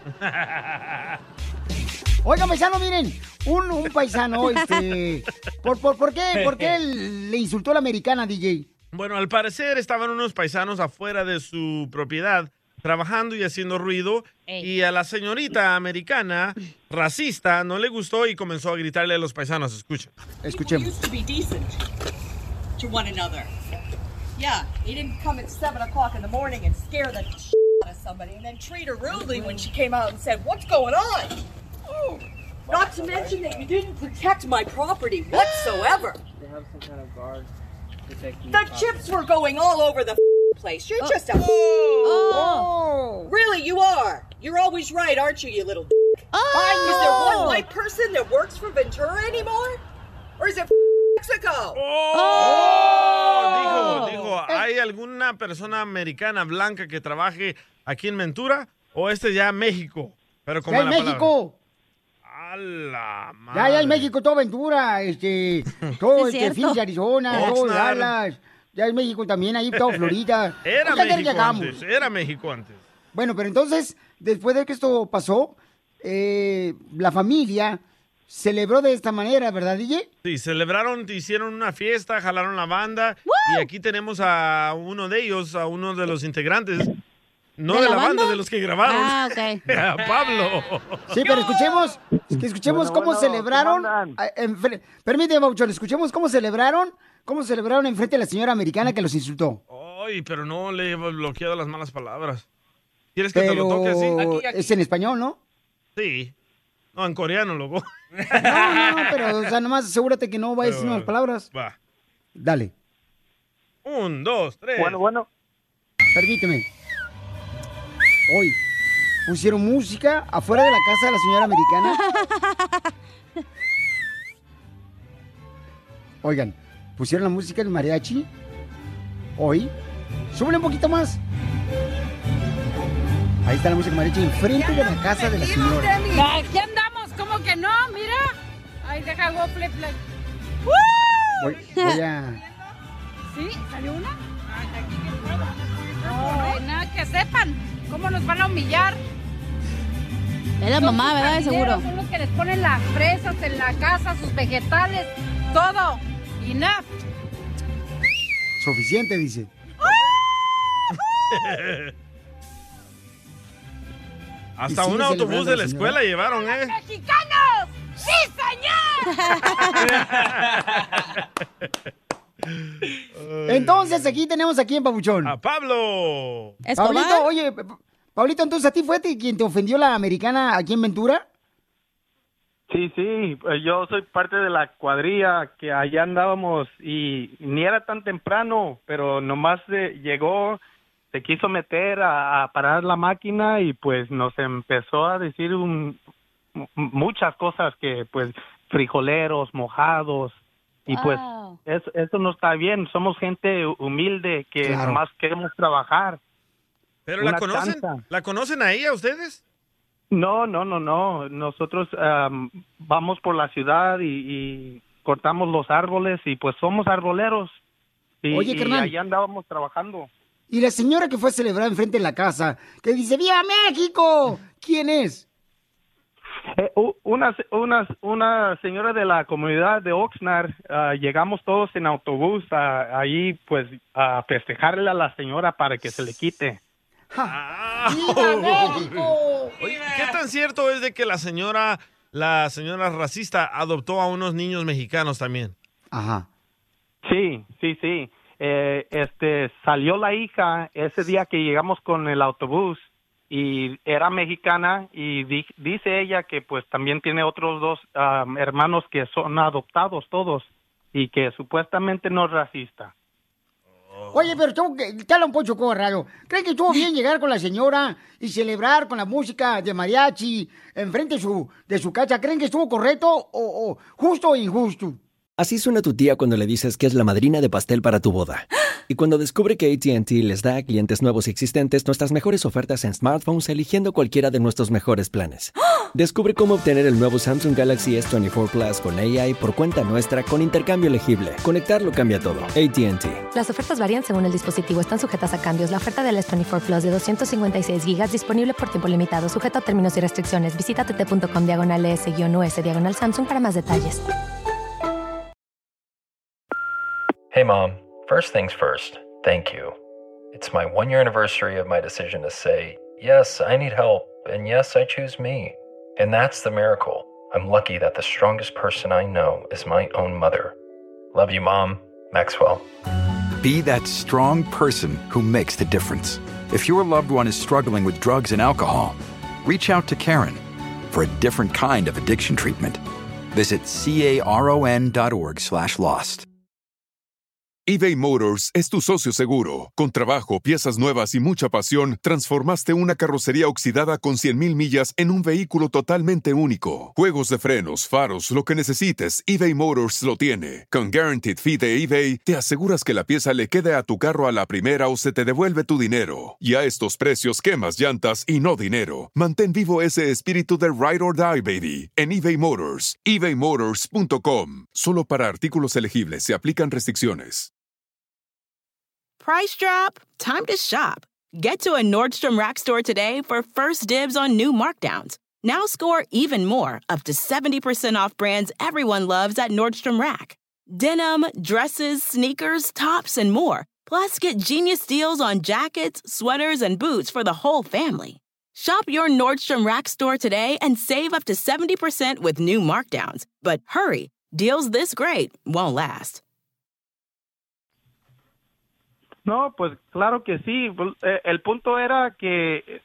Oigan, paisano, miren, un, un paisano, este... ¿por, por, por qué, ¿Por qué le insultó a la americana, D J? Bueno, al parecer estaban unos paisanos afuera de su propiedad trabajando y haciendo ruido. Y a la señorita americana racista no le gustó y comenzó a gritarle a los paisanos. Escuchen. Escuchemos. Used to be decent to one another. Yeah, he didn't come at seven o'clock in the morning and scare the shit out of somebody and then treat her rudely when she came out and said, "What's going on?" Not to mention that you didn't protect my property whatsoever. They have some kind of guard protecting The chips were going all over the place. You're just a... Oh. Really, you are. You're always right, aren't you, you little d***? Oh. Is there one white person that works for Ventura anymore? Or is it Mexico? Oh. Dijo, dijo, ¿hay alguna persona americana blanca que trabaje aquí en Ventura? ¿O este ya México? Pero con ¡Ya mala en México! A la madre. Ya, ya en México, todo Ventura, este, todo Sí, este, cierto. Phoenix, Arizona, todo Oxnard. Dallas. Ya en México también, ahí todo Florida. Era ¿Por qué México llegamos? antes, era México antes. Bueno, pero entonces, después de que esto pasó, eh, la familia celebró de esta manera, ¿verdad, D J? Sí, celebraron, hicieron una fiesta, jalaron la banda. Y aquí tenemos a uno de ellos, a uno de los integrantes. No ¿De de, la la banda? banda? de los que grabaron. Ah, ok. A Pablo. Sí, pero escuchemos, que escuchemos Bueno, cómo bueno, celebraron. ¿cómo andan? ah, enfre- Permíteme, Bauchón, escuchemos cómo celebraron, cómo celebraron enfrente de la señora americana que los insultó. Ay, pero no le he bloqueado las malas palabras. ¿Quieres que te Pero lo toque así? es en español, ¿no? Sí. No, en coreano, loco. No, no, no, pero, o sea, nomás asegúrate que no vayas a decir malas palabras. Va. Dale. Un, dos, tres. Bueno, bueno. Permíteme. Hoy pusieron música afuera de la casa de la señora americana. Oigan, pusieron la música del mariachi. Hoy. Súbele un poquito más. Ahí está la música del mariachi enfrente de la casa de la señora. Aquí andamos, ¿cómo que no? Mira. Ay, deja go flip flip. Voy, voy a... ¿Sí? ¿Salió una? No, nada, que sepan cómo nos van a humillar. Es la mamá, ¿verdad? De seguro. Son los que les ponen las fresas en la casa, sus vegetales, todo. Enough. Suficiente, dice. Hasta Y sigue un autobús celebrando de la la señora. escuela llevaron, ¿eh? ¡Mexicanos! ¡Sí, señor! Entonces, aquí tenemos aquí en Pabuchón. A Pablo. Pablito, oye, Pa- Pablito, entonces, ¿a ti fue ti quien te ofendió la americana aquí en Ventura? Sí, sí, pues yo soy parte de la cuadrilla que allá andábamos y ni era tan temprano, pero nomás eh, llegó, se quiso meter a, a parar la máquina y pues nos empezó a decir un, m- muchas cosas que pues frijoleros, mojados y pues Wow. eso, eso no está bien, somos gente humilde que Claro. nomás queremos trabajar. ¿Pero la Una conocen? tanta. ¿La conocen a ella ustedes? No, no, no, no. Nosotros am, vamos por la ciudad y, y cortamos los árboles y pues somos arboleros. Y, Oye, y carnal. allá andábamos trabajando. Y la señora que fue a celebrar enfrente de la casa, que dice, ¡Viva México! ¿Quién es? Eh, u- una, se- una, una señora de la comunidad de Oxnard, ah, llegamos todos en autobús a, ahí pues a festejarle a la señora para que se le quite. ¡Viva México! Oye, ¿qué tan cierto es de que la señora, la señora racista adoptó a unos niños mexicanos también? Ajá. Sí, sí, sí. Eh, este, salió la hija ese día que llegamos con el autobús y era mexicana y di- dice ella que pues también tiene otros dos am, hermanos que son adoptados todos y que supuestamente no es racista. Oye, pero tú, que- te habla un poco como raro. ¿Creen que estuvo bien llegar con la señora y celebrar con la música de mariachi enfrente de su, de su casa? ¿Creen que estuvo correcto o, o justo o injusto? Así suena tu tía cuando le dices que es la madrina de pastel para tu boda. Y cuando descubre que A T and T les da a clientes nuevos y existentes nuestras mejores ofertas en smartphones eligiendo cualquiera de nuestros mejores planes. Descubre cómo obtener el nuevo Samsung Galaxy S veinticuatro Plus con A I por cuenta nuestra con intercambio elegible. Conectarlo cambia todo. A T and T. Las ofertas varían según el dispositivo. Están sujetas a cambios. La oferta del S veinticuatro Plus de doscientos cincuenta y seis gigas disponible por tiempo limitado. Sujeto a términos y restricciones. Visita tt.com diagonal S-US diagonal Samsung para más detalles. Hey Mom, first things first, thank you. It's my one year anniversary of my decision to say, yes, I need help, and yes, I choose me. And that's the miracle. I'm lucky that the strongest person I know is my own mother. Love you, Mom. Maxwell. Be that strong person who makes the difference. If your loved one is struggling with drugs and alcohol, reach out to Caron for a different kind of addiction treatment. Visit caron.org slash lost. eBay Motors es tu socio seguro. Con trabajo, piezas nuevas y mucha pasión, transformaste una carrocería oxidada con cien mil millas en un vehículo totalmente único. Juegos de frenos, faros, lo que necesites, eBay Motors lo tiene. Con Guaranteed Fee de eBay, te aseguras que la pieza le quede a tu carro a la primera o se te devuelve tu dinero. Y a estos precios, quemas llantas y no dinero. Mantén vivo ese espíritu de Ride or Die, baby, en eBay Motors. ebay motors punto com. Solo para artículos elegibles se aplican restricciones. Price drop? Time to shop. Get to a Nordstrom Rack store today for first dibs on new markdowns. Now score even more, up to seventy percent off brands everyone loves at Nordstrom Rack. Denim, dresses, sneakers, tops, and more. Plus, get genius deals on jackets, sweaters, and boots for the whole family. Shop your Nordstrom Rack store today and save up to seventy percent with new markdowns. But hurry, deals this great won't last. No, pues claro que sí. El punto era que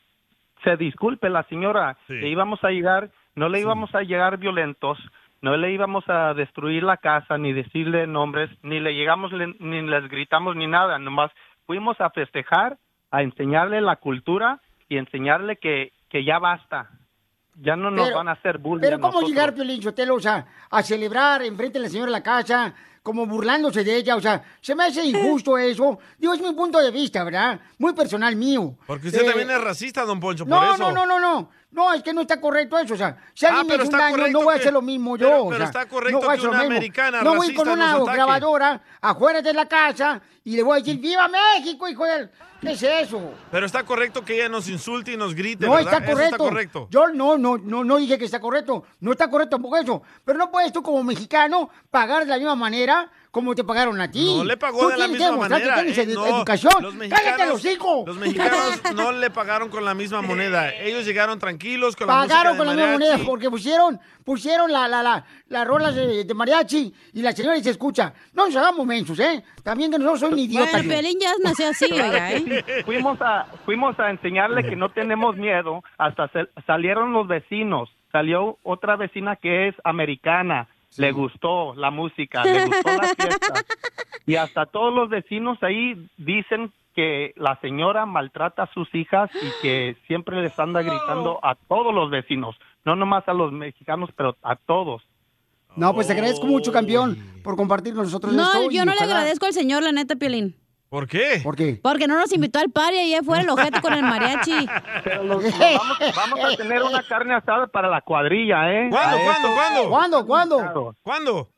se disculpe la señora, sí. que íbamos a llegar, no le sí. íbamos a llegar violentos, no le íbamos a destruir la casa, ni decirle nombres, ni le llegamos, ni les gritamos, ni nada. Nomás fuimos a festejar, a enseñarle la cultura y enseñarle que, que ya basta. Ya no nos pero, van a hacer bullying. Pero ¿cómo nosotros? llegar, Piolín Sotelo, o sea, a celebrar enfrente de la señora de la casa, como burlándose de ella? O sea, se me hace injusto eso. Digo, es mi punto de vista, ¿verdad? Muy personal mío. Porque usted Eh, también es racista, don Poncho, No, por eso. no, no, no, no. No, es que no está correcto eso. O sea, si alguien Ah, me pero hace un está daño, correcto no voy a que- hacer lo mismo yo. pero- o pero sea, está correcto no voy a que hacer lo una mismo. americana No voy racista con una nos ataque. grabadora afuera de la casa y le voy a decir, ¡Viva México, hijo de... ¿Qué es eso? Pero está correcto que ella nos insulte y nos grite, No ¿verdad? está Eso correcto. está correcto. Yo no, no, no, no dije que está correcto. No está correcto tampoco eso. Pero no puedes tú como mexicano pagar de la misma manera como te pagaron a ti. No le pagó Tú de la tienes que misma demostrar manera. que tienes eh, edu- no, educación. los ¡Cállate los mexicanos, hijos! los mexicanos no le pagaron con la misma moneda. Ellos llegaron tranquilos con la música Pagaron de con la misma mariachi. moneda porque pusieron, pusieron la, la, la, las rolas de, de mariachi y la señora se escucha. No nos hagamos mensos, ¿eh? También que nosotros somos idiotas. Bueno, Pelín ya nació así, Claro oiga, que ¿eh? sí. Fuimos a fuimos a enseñarle que no tenemos miedo. Hasta se- salieron los vecinos. Salió otra vecina que es americana. Le gustó la música, le gustó la fiesta. Y hasta todos los vecinos ahí dicen que la señora maltrata a sus hijas y que siempre les anda gritando a todos los vecinos. No nomás a los mexicanos, pero a todos. No, pues te agradezco mucho, campeón, por compartir con nosotros No, esto. yo y no le ojalá- agradezco al señor, la neta, Piolín. ¿Por qué? ¿Por qué? Porque no nos invitó al party y ahí fuera el ojete con el mariachi. Pero los- los vamos, vamos a tener una carne asada para la cuadrilla, ¿eh? ¿Cuándo, A cuándo, eso- cuándo? ¿Cuándo, cuándo? ¿Cuándo?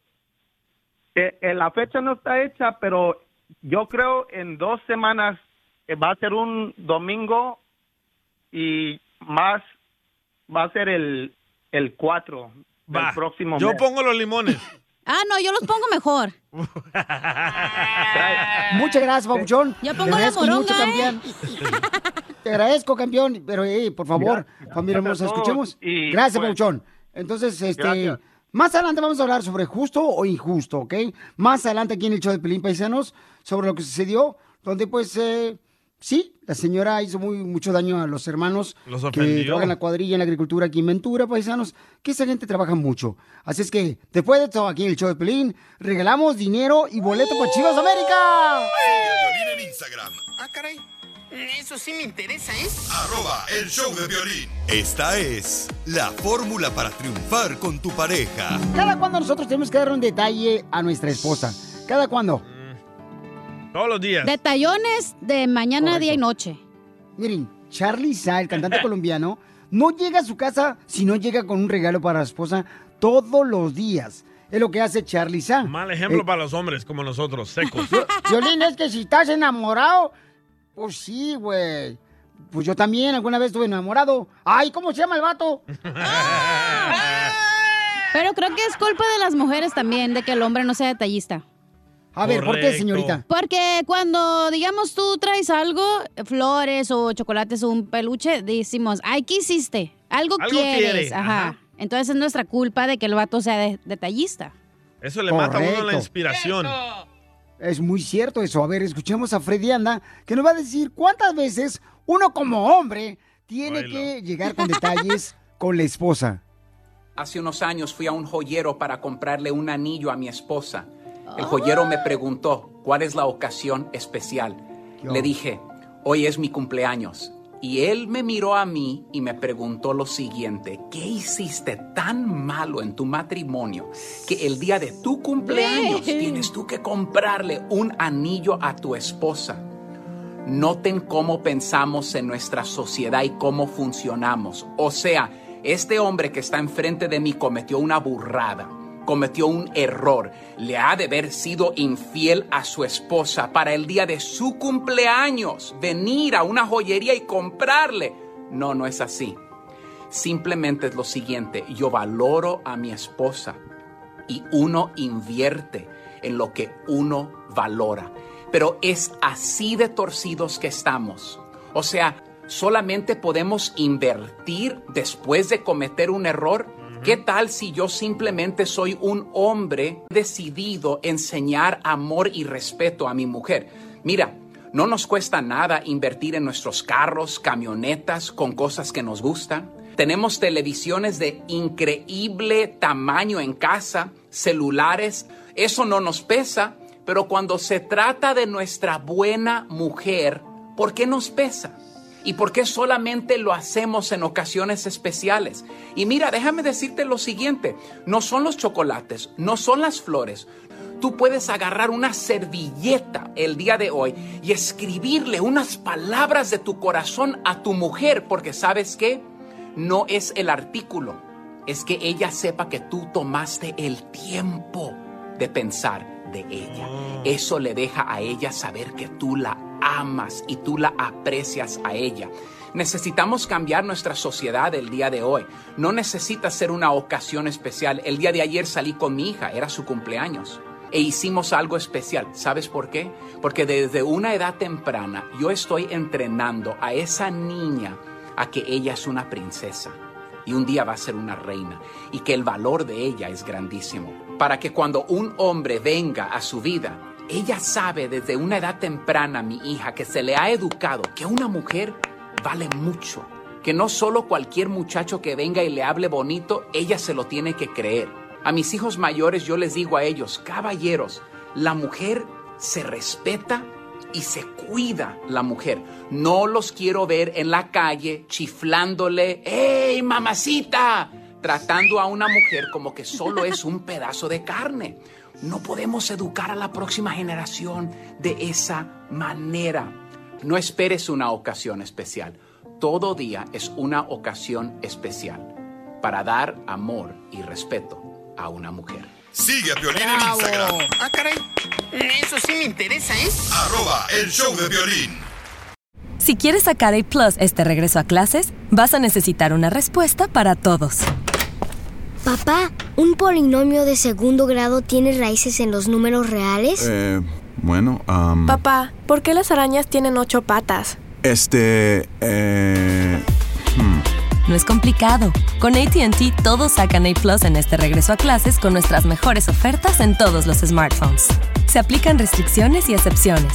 Eh, eh, la fecha no está hecha, pero yo creo en dos semanas eh, va a ser un domingo y más va a ser el el cuatro del Va, próximo yo mes. pongo los limones. Ah, no, yo los pongo mejor. Muchas gracias, Pabuchón. Yo Te pongo la agradezco moronga, mucho, ¿eh? campeón. Te agradezco, campeón. Pero, eh, por favor, familia hermosa, a todos. escuchemos. Y, Gracias, pues, Pabuchón. Entonces, este... gracias. Más adelante vamos a hablar sobre justo o injusto, ¿ok? Más adelante aquí en el show de Pelín Paisanos, sobre lo que sucedió, donde pues, eh, sí, la señora hizo muy mucho daño a los hermanos Los que ofendió. trabajan en la cuadrilla, en la agricultura aquí en Ventura, paisanos, que esa gente trabaja mucho. Así es que, después de todo, aquí en el show de Pelín, regalamos dinero y boleto para Chivas América. Violín en Instagram, Ah, caray. Eso sí me interesa, ¿eh? arroba el show de violín. Esta es la fórmula para triunfar con tu pareja. Cada cuando nosotros tenemos que dar un detalle a nuestra esposa. ¿Cada cuándo? Todos los días. Detallones de mañana, Correcto. día y noche. Miren, Charly Sa, el cantante colombiano, no llega a su casa si no llega con un regalo para la esposa todos los días. Es lo que hace Charly Sa. Mal ejemplo Eh, para los hombres como nosotros, secos. Violín, es que si estás enamorado, pues sí, güey. Pues yo también alguna vez estuve enamorado. Ay, ¿cómo se llama el vato? Pero creo que es culpa de las mujeres también, de que el hombre no sea detallista. A ver, ¿por qué, Correcto. señorita? Porque cuando, digamos, tú traes algo, flores o chocolates o un peluche, decimos, ay, ¿qué hiciste? Algo, Algo quieres. quiere, Ajá. ajá. Entonces es nuestra culpa de que el vato sea de- detallista. Eso le mata a uno la Correcto. inspiración. Es muy cierto eso. A ver, escuchemos a Freddy Anda, que nos va a decir cuántas veces uno como hombre tiene Bailo. que llegar con detalles con la esposa. Hace unos años fui a un joyero para comprarle un anillo a mi esposa. El joyero me preguntó, ¿cuál es la ocasión especial? Le dije, hoy es mi cumpleaños. Y él me miró a mí y me preguntó lo siguiente, ¿qué hiciste tan malo en tu matrimonio que el día de tu cumpleaños tienes tú que comprarle un anillo a tu esposa? Noten cómo pensamos en nuestra sociedad y cómo funcionamos. O sea, este hombre que está enfrente de mí cometió una burrada, cometió un error. Le ha de haber sido infiel a su esposa para el día de su cumpleaños, venir a una joyería y comprarle. No, no es así. Simplemente es lo siguiente, yo valoro a mi esposa y uno invierte en lo que uno valora. Pero es así de torcidos que estamos. O sea, solamente podemos invertir después de cometer un error. ¿Qué tal si yo simplemente soy un hombre decidido a enseñar amor y respeto a mi mujer? Mira, no nos cuesta nada invertir en nuestros carros, camionetas, con cosas que nos gustan. Tenemos televisiones de increíble tamaño en casa, celulares. Eso no nos pesa, pero cuando se trata de nuestra buena mujer, ¿por qué nos pesa? ¿Y por qué solamente lo hacemos en ocasiones especiales? Y mira, déjame decirte lo siguiente. No son los chocolates, no son las flores. Tú puedes agarrar una servilleta el día de hoy y escribirle unas palabras de tu corazón a tu mujer. Porque ¿sabes qué? No es el artículo. Es que ella sepa que tú tomaste el tiempo de pensar de ella. Eso le deja a ella saber que tú la amas y tú la aprecias a ella. Necesitamos cambiar nuestra sociedad el día de hoy. No necesita ser una ocasión especial. El día de ayer salí con mi hija, era su cumpleaños, e hicimos algo especial. ¿Sabes por qué? Porque desde una edad temprana yo estoy entrenando a esa niña a que ella es una princesa y un día va a ser una reina, y que el valor de ella es grandísimo, para que cuando un hombre venga a su vida, ella sabe desde una edad temprana, mi hija, que se le ha educado que una mujer vale mucho, que no solo cualquier muchacho que venga y le hable bonito, ella se lo tiene que creer. A mis hijos mayores yo les digo a ellos, caballeros, la mujer se respeta y se cuida la mujer. No los quiero ver en la calle chiflándole, ¡hey, mamacita!, tratando a una mujer como que solo es un pedazo de carne. No podemos educar a la próxima generación de esa manera. No esperes una ocasión especial. Todo día es una ocasión especial para dar amor y respeto a una mujer. Sigue a Piolín en Instagram. Ah, caray. Eso sí me interesa, ¿eh? Arroba el show de Piolín. Si quieres sacar A plus este regreso a clases, vas a necesitar una respuesta para todos. Papá, ¿un polinomio de segundo grado tiene raíces en los números reales? Eh, bueno, um, Papá, ¿por qué las arañas tienen ocho patas? Este, eh... Hmm. No es complicado. Con A T and T todos sacan A plus en este regreso a clases con nuestras mejores ofertas en todos los smartphones. Se aplican restricciones y excepciones.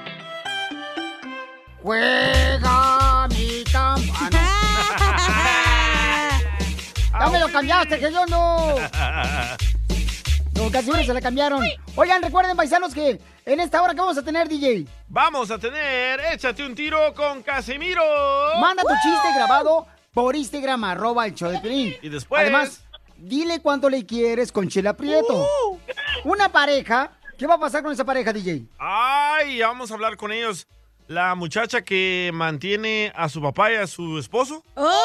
Juega mi campana. ¡Ya me lo cambiaste, que yo no! No, casi se la cambiaron. Oigan, recuerden, paisanos, que en esta hora, ¿qué vamos a tener, D J? Vamos a tener Échate un tiro con Casimiro. Manda tu chiste grabado por Instagram, arroba el show de Piolín. Y después... Además, dile cuánto le quieres con Chela Prieto. Uh. Una pareja, ¿qué va a pasar con esa pareja, D J? Ay, vamos a hablar con ellos. La muchacha que mantiene a su papá y a su esposo.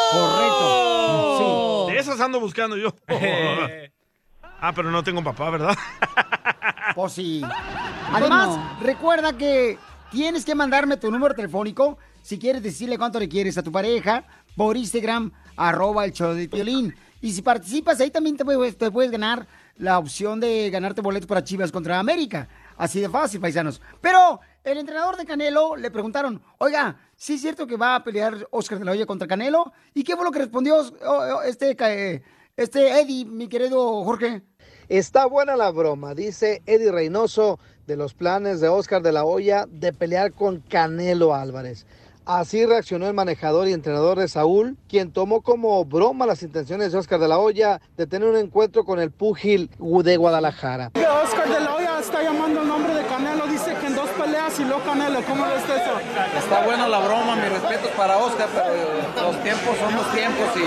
¡Oh! Correcto. Sí. De esas ando buscando yo. Ah, pero no tengo papá, ¿verdad? Pues sí. Además, no. Recuerda que tienes que mandarme tu número telefónico si quieres decirle cuánto le quieres a tu pareja por Instagram, arroba el show de Piolín. Y si participas, ahí también te puedes, te puedes ganar la opción de ganarte boletos para Chivas contra América. Así de fácil, paisanos. Pero el entrenador de Canelo le preguntaron, oiga, ¿sí es cierto que va a pelear Oscar de la Hoya contra Canelo? ¿Y qué fue lo que respondió este, este Eddie, mi querido Jorge? Está buena la broma, dice Eddie Reynoso, de los planes de Oscar de la Hoya de pelear con Canelo Álvarez. Así reaccionó el manejador y entrenador de Saúl, quien tomó como broma las intenciones de Oscar de la Hoya de tener un encuentro con el púgil de Guadalajara. Oscar de la Hoya está llamando el nombre de Canelo, dice que en dos peleas y luego Canelo, ¿cómo ves eso? Está buena la broma, mis respetos para Oscar, pero los tiempos son los tiempos y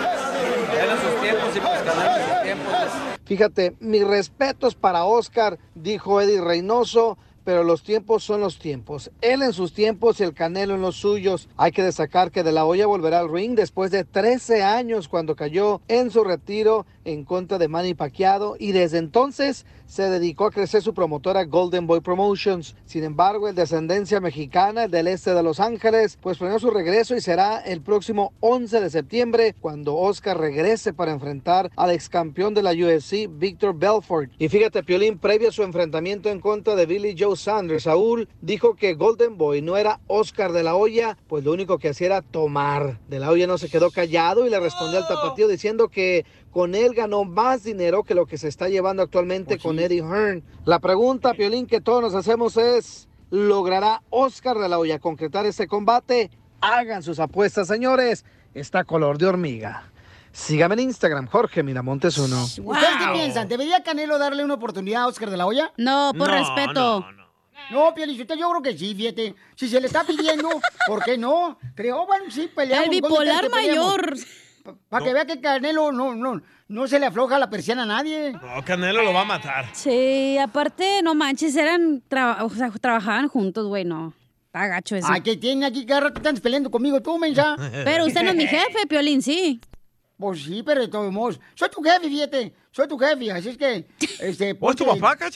él en sus tiempos y pues Canelo en sus tiempos. Fíjate, mis respetos para Oscar, dijo Eddie Reynoso, pero los tiempos son los tiempos. Él en sus tiempos y el Canelo en los suyos. Hay que destacar que De La Hoya volverá al ring después de trece años cuando cayó en su retiro en contra de Manny Pacquiao y desde entonces se dedicó a crecer su promotora Golden Boy Promotions. Sin embargo, el de ascendencia mexicana, el del este de Los Ángeles, pues planeó su regreso y será el próximo once de septiembre cuando Oscar regrese para enfrentar al ex campeón de la U F C, Victor Belfort. Y fíjate, Piolín, previo a su enfrentamiento en contra de Billy Joe Saunders, Saúl dijo que Golden Boy no era Oscar de la Hoya, pues lo único que hacía era tomar. De la Hoya no se quedó callado y le respondió al tapatío diciendo que con él ganó más dinero que lo que se está llevando actualmente con Eddie Hearn. La pregunta, Piolín, que todos nos hacemos es, ¿logrará Oscar de la Hoya concretar este combate? Hagan sus apuestas, señores. Está color de hormiga. Sígame en Instagram, Jorge Miramontes uno. Wow. ¿Ustedes qué piensan? ¿Debería Canelo darle una oportunidad a Oscar de la Hoya? No, por no, respeto. No, no. No, Piolichotelo, yo creo que sí, fíjate. Si se le está pidiendo, ¿por qué no? Creo, bueno, sí, peleamos. El bipolar mayor. Para no. que vea que Canelo no, no, no se le afloja la persiana a nadie. No, Canelo lo va a matar. Sí, aparte, no manches, eran, tra- o sea, trabajaban juntos, güey, no. Está gacho eso. Ay, que tiene aquí, cada rato están peleando conmigo tú, mensa. Pero usted no es mi jefe, Piolín, sí. Pues sí, pero de todos modos, soy tu jefe, fíjate, soy tu jefe, así es que... Este, ¿Vos tu papá, cacha?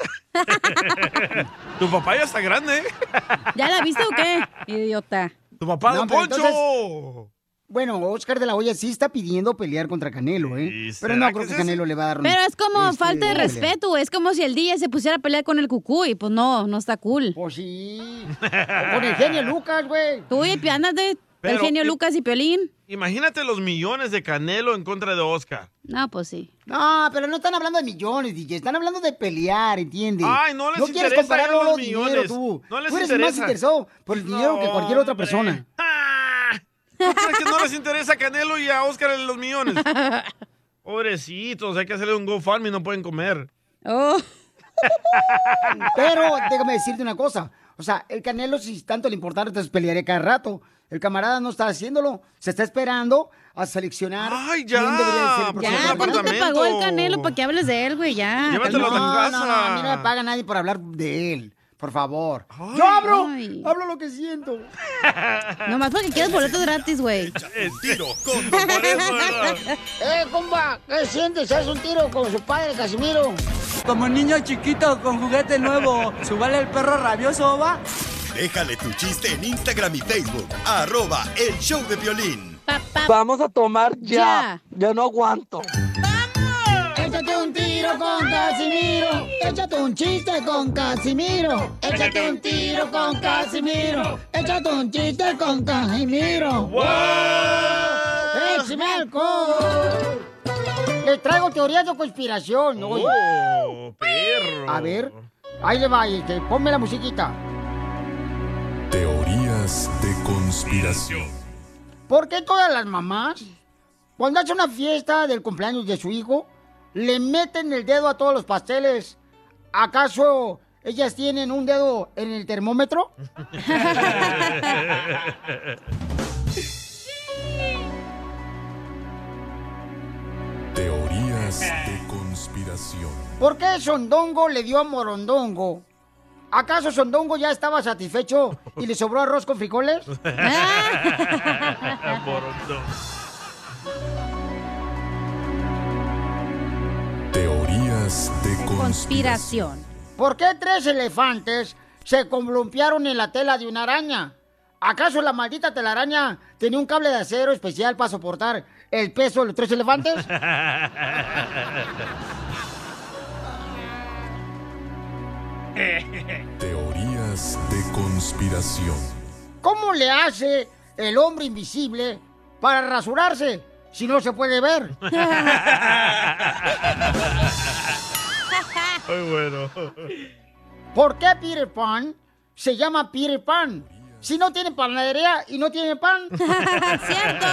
Tu papá ya está grande, ¿eh? ¿Ya la viste o qué, idiota? Tu papá, no, Don Poncho. Entonces, bueno, Oscar de la Hoya sí está pidiendo pelear contra Canelo, ¿eh? Pero no creo que, que Canelo le va a dar... Pero es como este, falta de respeto, güey. Es como si el día se pusiera a pelear con el Cucuy. Pues no, no está cool. Pues sí. O con el genio Lucas, güey. Tú y piánate. El genio Lucas y Piolín. Imagínate los millones de Canelo en contra de Oscar. No, pues sí. No, pero no están hablando de millones, D J. Están hablando de pelear, ¿entiendes? Ay, no les no interesa. No quieres compararlo los los millones. Dinero, tú. No les tú eres interesa. más interesado por el dinero no, que cualquier otra persona. Ah, ¿tú crees que no les interesa a Canelo y a Oscar los millones? Pobrecitos, hay que hacerle un GoFundMe, no pueden comer. Oh. Pero déjame decirte una cosa. O sea, el Canelo, si tanto le importara, entonces pelearía cada rato. El camarada no está haciéndolo. Se está esperando a seleccionar. ¡Ay, ya! ¿Quién debería ser el ya, ¿cuánto te pagó el Canelo para que hables de él, güey? Ya. Llévatelo no, a casa. No, no, a mí no me paga nadie por hablar de él. Por favor. Ay, yo hablo. Ay. Hablo lo que siento. Nomás porque quieres boletos gratis, güey. El tiro con Eh, compa, ¿qué sientes? ¿Haz un tiro con su padre, Casimiro? Como niño chiquito con juguete nuevo. ¿Subale el perro rabioso, va? Déjale tu chiste en Instagram y Facebook. Arroba El Show de Piolín. Pa, pa. Vamos a tomar ya. Ya, ya no aguanto. ¡Vamos! Échate un tiro con Casimiro. Échate un chiste con Casimiro. Échate un tiro con Casimiro. Échate un chiste con Casimiro. ¡Wow! ¡Échame alcohol! Les traigo teorías de conspiración. ¡Oh, hoy. Perro! A ver, ahí le va, este, ponme la musiquita. Teorías de conspiración. ¿Por qué todas las mamás, cuando hacen una fiesta del cumpleaños de su hijo, le meten el dedo a todos los pasteles? ¿Acaso ellas tienen un dedo en el termómetro? Teorías de conspiración. ¿Por qué Sondongo le dio a Morondongo? ¿Acaso Sondongo ya estaba satisfecho y le sobró arroz con frijoles? Teorías de conspiración. ¿Por qué tres elefantes se columpiaron en la tela de una araña? ¿Acaso la maldita telaraña tenía un cable de acero especial para soportar el peso de los tres elefantes? Teorías de conspiración. ¿Cómo le hace el hombre invisible para rasurarse si no se puede ver? Muy bueno. ¿Por qué Peter Pan se llama Peter Pan? Si no tiene panadería y no tiene pan. ¡Cierto!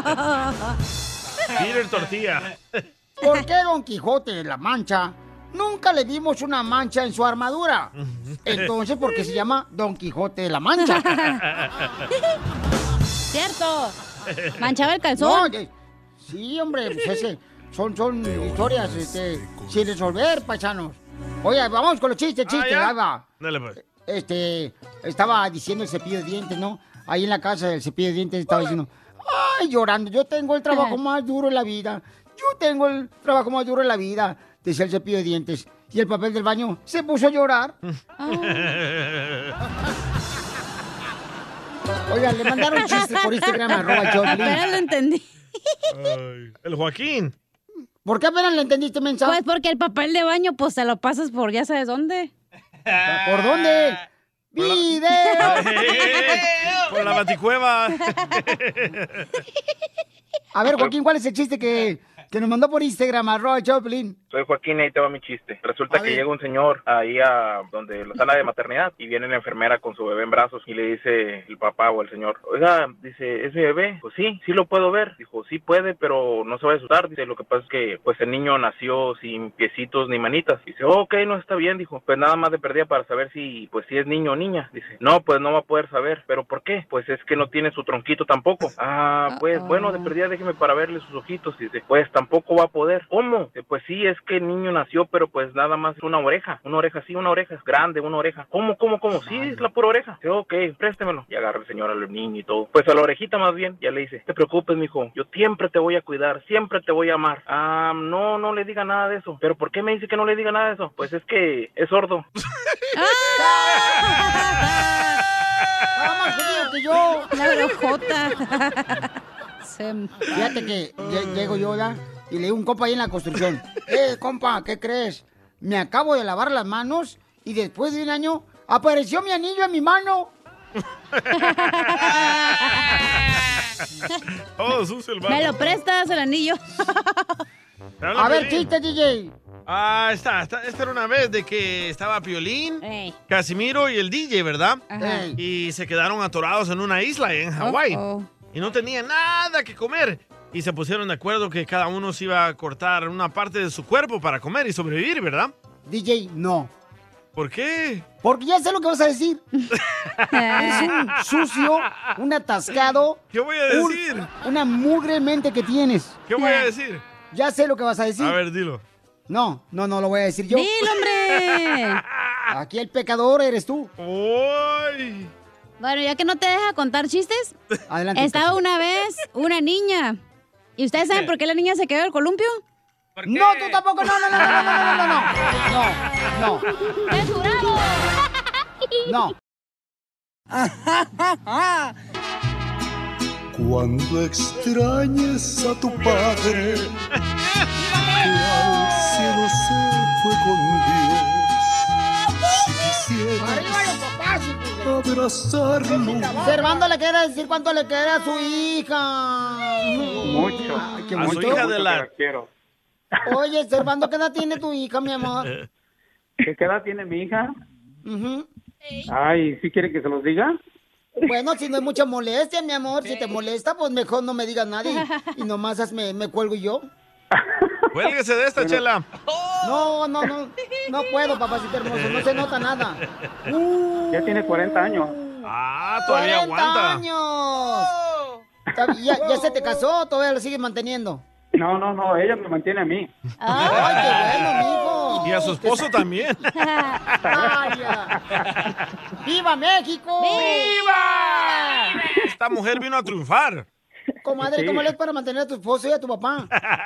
Peter Tortilla. ¿Por qué Don Quijote de la Mancha nunca le vimos una mancha en su armadura? Entonces, ¿por qué se llama Don Quijote de la Mancha? ¡Cierto! Manchaba el calzón. No, sí, hombre, pues ese, son, son historias este, sin resolver, paisanos. Oye, vamos con los chistes, chistes, Ah, ahí va. Dale, pues. Este, estaba diciendo el cepillo de dientes, ¿no? Ahí en la casa del cepillo de dientes estaba diciendo, ay, llorando, yo tengo el trabajo más duro en la vida. Yo tengo el trabajo más duro en la vida, decía el cepillo de dientes. Y el papel del baño se puso a llorar. Oigan, le mandaron chistes por Instagram, arroba Choplin. Apenas lo entendí. Ay, el Joaquín. ¿Por qué apenas le entendiste, mensaje? Pues porque el papel de baño, pues te lo pasas por ya sabes dónde. ¿Por dónde? ¡Video! Por la baticueva. A ver, Joaquín, ¿cuál es el chiste que, que nos mandó por Instagram, arroba Choplin? Soy Joaquín y ahí te va mi chiste. Resulta que llega un señor ahí a donde la sala de maternidad y viene la enfermera con su bebé en brazos y le dice el papá o el señor, oiga, dice, ¿es mi bebé? Pues sí, sí lo puedo ver. Dijo, sí puede, pero no se va a asustar. Dice, lo que pasa es que pues el niño nació sin piecitos ni manitas. Dice, oh, ok, no está bien. Dijo, pues nada más de perdida para saber si pues si es niño o niña. Dice, no, pues no va a poder saber. ¿Pero por qué? Pues es que no tiene su tronquito tampoco. Ah, pues bueno, de perdida déjeme para verle sus ojitos. Dice, pues tampoco va a poder. ¿Cómo? Dice, pues sí, es que el niño nació, pero pues nada más una oreja, una oreja, sí, una oreja, es grande, una oreja. ¿Cómo, cómo, cómo? Sí, es la pura oreja. Dice, ok, préstemelo. Y agarra el señor al niño y todo. Pues a la orejita más bien, ya le dice, no te preocupes, mijo, yo siempre te voy a cuidar, siempre te voy a amar. Ah, no, no le diga nada de eso. ¿Pero por qué me dice que no le diga nada de eso? Pues es que es sordo. ¡Ah, más jodido que yo! La brojota. Fíjate que lle- llego yo, ¿verdad? Y le digo a un compa ahí en la construcción, eh, compa, ¿qué crees? Me acabo de lavar las manos y después de un año apareció mi anillo en mi mano. Oh, sucio el vato. Me lo prestas el anillo. A ver, chiste, D J. Ah, está, está, esta era una vez de que estaba Piolín, Ey. Casimiro y el D J, ¿verdad? Ajá. Y se quedaron atorados en una isla en Hawái. Uh-oh. Y no tenían nada que comer. Y se pusieron de acuerdo que cada uno se iba a cortar una parte de su cuerpo para comer y sobrevivir, ¿verdad? D J, no. ¿Por qué? Porque ya sé lo que vas a decir. Es un sucio, un atascado. ¿Qué voy a decir? un- una mugre mente que tienes. ¿Qué voy a decir? Ya sé lo que vas a decir. A ver, dilo. No, no, no lo voy a decir yo. ¡Dilo, hombre! Aquí el pecador eres tú. ¡Uy! Bueno, ya que no te deja contar chistes, Adelante. estaba una vez una niña. ¿Y ustedes saben por qué la niña se quedó en el columpio? No, tú tampoco, no, no, no, no, no, no, no, no, no, no. ¡Censurado! No. Cuando extrañes a tu padre, que al cielo se fue con Dios. Si quisieras ¡Arriba los papás, hijos de- abrazarlo. Servando le quiere decir cuánto le quiere a su hija. Mucho. Ay, qué A su mucho. hija de la... quiero. Oye, Servando, ¿qué edad tiene tu hija, mi amor? ¿Qué edad tiene mi hija? Ujú. Ay, ¿sí quiere que se los diga? Bueno, si no hay mucha molestia, mi amor, si te molesta, pues mejor no me digas nada y, y nomás hazme- me cuelgo yo. Cuélguese de esta, Chela. No, no, no, no puedo, papacito hermoso, no se nota nada. Ya tiene cuarenta años. Ah, todavía ¡cuarenta aguanta. años! Está- ¿Ya, ¿Ya se te casó o todavía lo sigues manteniendo? No, no, no, ella me mantiene a mí. ¡Ay, qué bueno, mijo! Y a su esposo también. ¡Vaya! ¡Viva México! ¡Viva! Esta mujer vino a triunfar. Comadre, Sí. ¿cómo le es para mantener a tu esposo y a tu papá?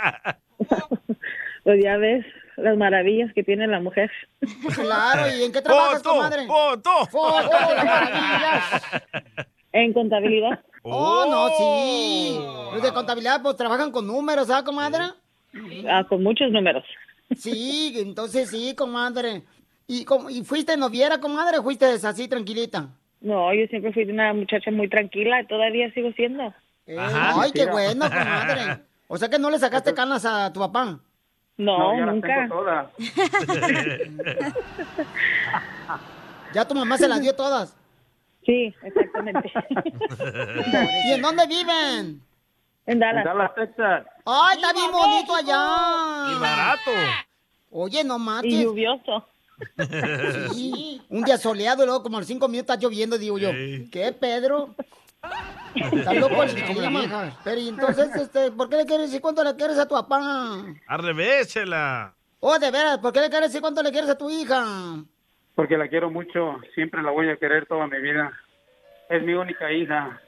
Pues ya ves las maravillas que tiene la mujer. Claro, ¿y en qué trabajas, ¡Foto! comadre? ¡Foto! ¡Foto de las maravillas! En contabilidad. ¡Oh, no, sí! Los de contabilidad, pues, trabajan con números, ¿sabes, comadre? Ah, con muchos números. Sí, entonces sí, comadre. ¿Y, cómo- y fuiste noviera, comadre, o fuiste así, tranquilita? No, yo siempre fui una muchacha muy tranquila y todavía sigo siendo. Eh, Ay, qué bueno, comadre. O sea que no le sacaste canas a tu papá. No, ya las nunca. tengo todas. ¿Ya tu mamá se las dio todas? Sí, exactamente. ¿Y en dónde viven? En Dallas. En Dallas, Texas. ¡Ay, está bien bonito allá! Y barato. Oye, no marches. Y lluvioso. Sí, un día soleado y luego como a los cinco minutos está lloviendo, digo yo. ¿Qué, Pedro? Está loco el clima. Pero y entonces, este, ¿por qué le quieres decir cuánto le quieres a tu papá? Al revés, Chela. Oh, de veras, ¿por qué le quieres decir cuánto le quieres a tu hija? Porque la quiero mucho. Siempre la voy a querer toda mi vida. Es mi única hija.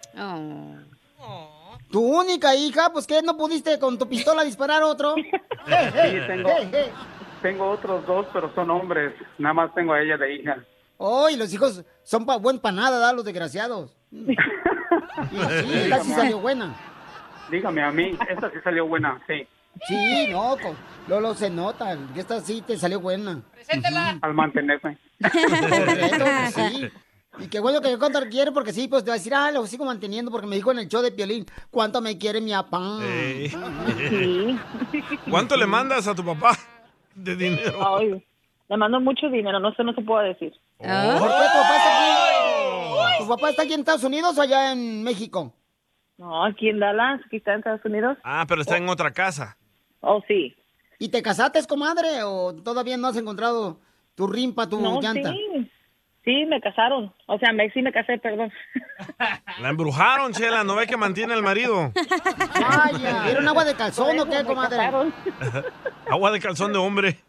¿Tu única hija? Pues ¿qué? ¿No pudiste con tu pistola disparar otro? Sí, tengo, tengo otros dos, pero son hombres. Nada más tengo a ella de hija. Oh, y los hijos son pa buen pa' nada, ¿da? Los desgraciados. Y sí, esta sí salió buena. Dígame a mí, esta sí salió buena, sí. Sí, no, con, Lolo se nota, que esta sí te salió buena. Preséntala. Al mantenerse. Correcto, pues sí. Y qué bueno que yo cuánto le quiero, porque sí, pues te va a decir, ah, lo sigo manteniendo, porque me dijo en el show de Piolín, ¿cuánto me quiere mi papá? Ey. ¿Cuánto le mandas a tu papá de dinero? Ay, le mando mucho dinero, no sé, no se puede decir. ¿Por qué tu papá está aquí? ¿Tu papá está aquí en Estados Unidos o allá en México? No, aquí en Dallas, aquí está en Estados Unidos. Ah, pero está en otra casa. Oh, sí. ¿Y te casaste, comadre, o todavía no has encontrado tu rimpa, tu No, llanta? sí. Sí, me casaron. O sea, me, sí me casé, perdón. La embrujaron, Chela. ¿No ve que mantiene al marido? Vaya, ¿dieron agua de calzón Por o eso qué, me comadre? casaron. Agua de calzón de hombre.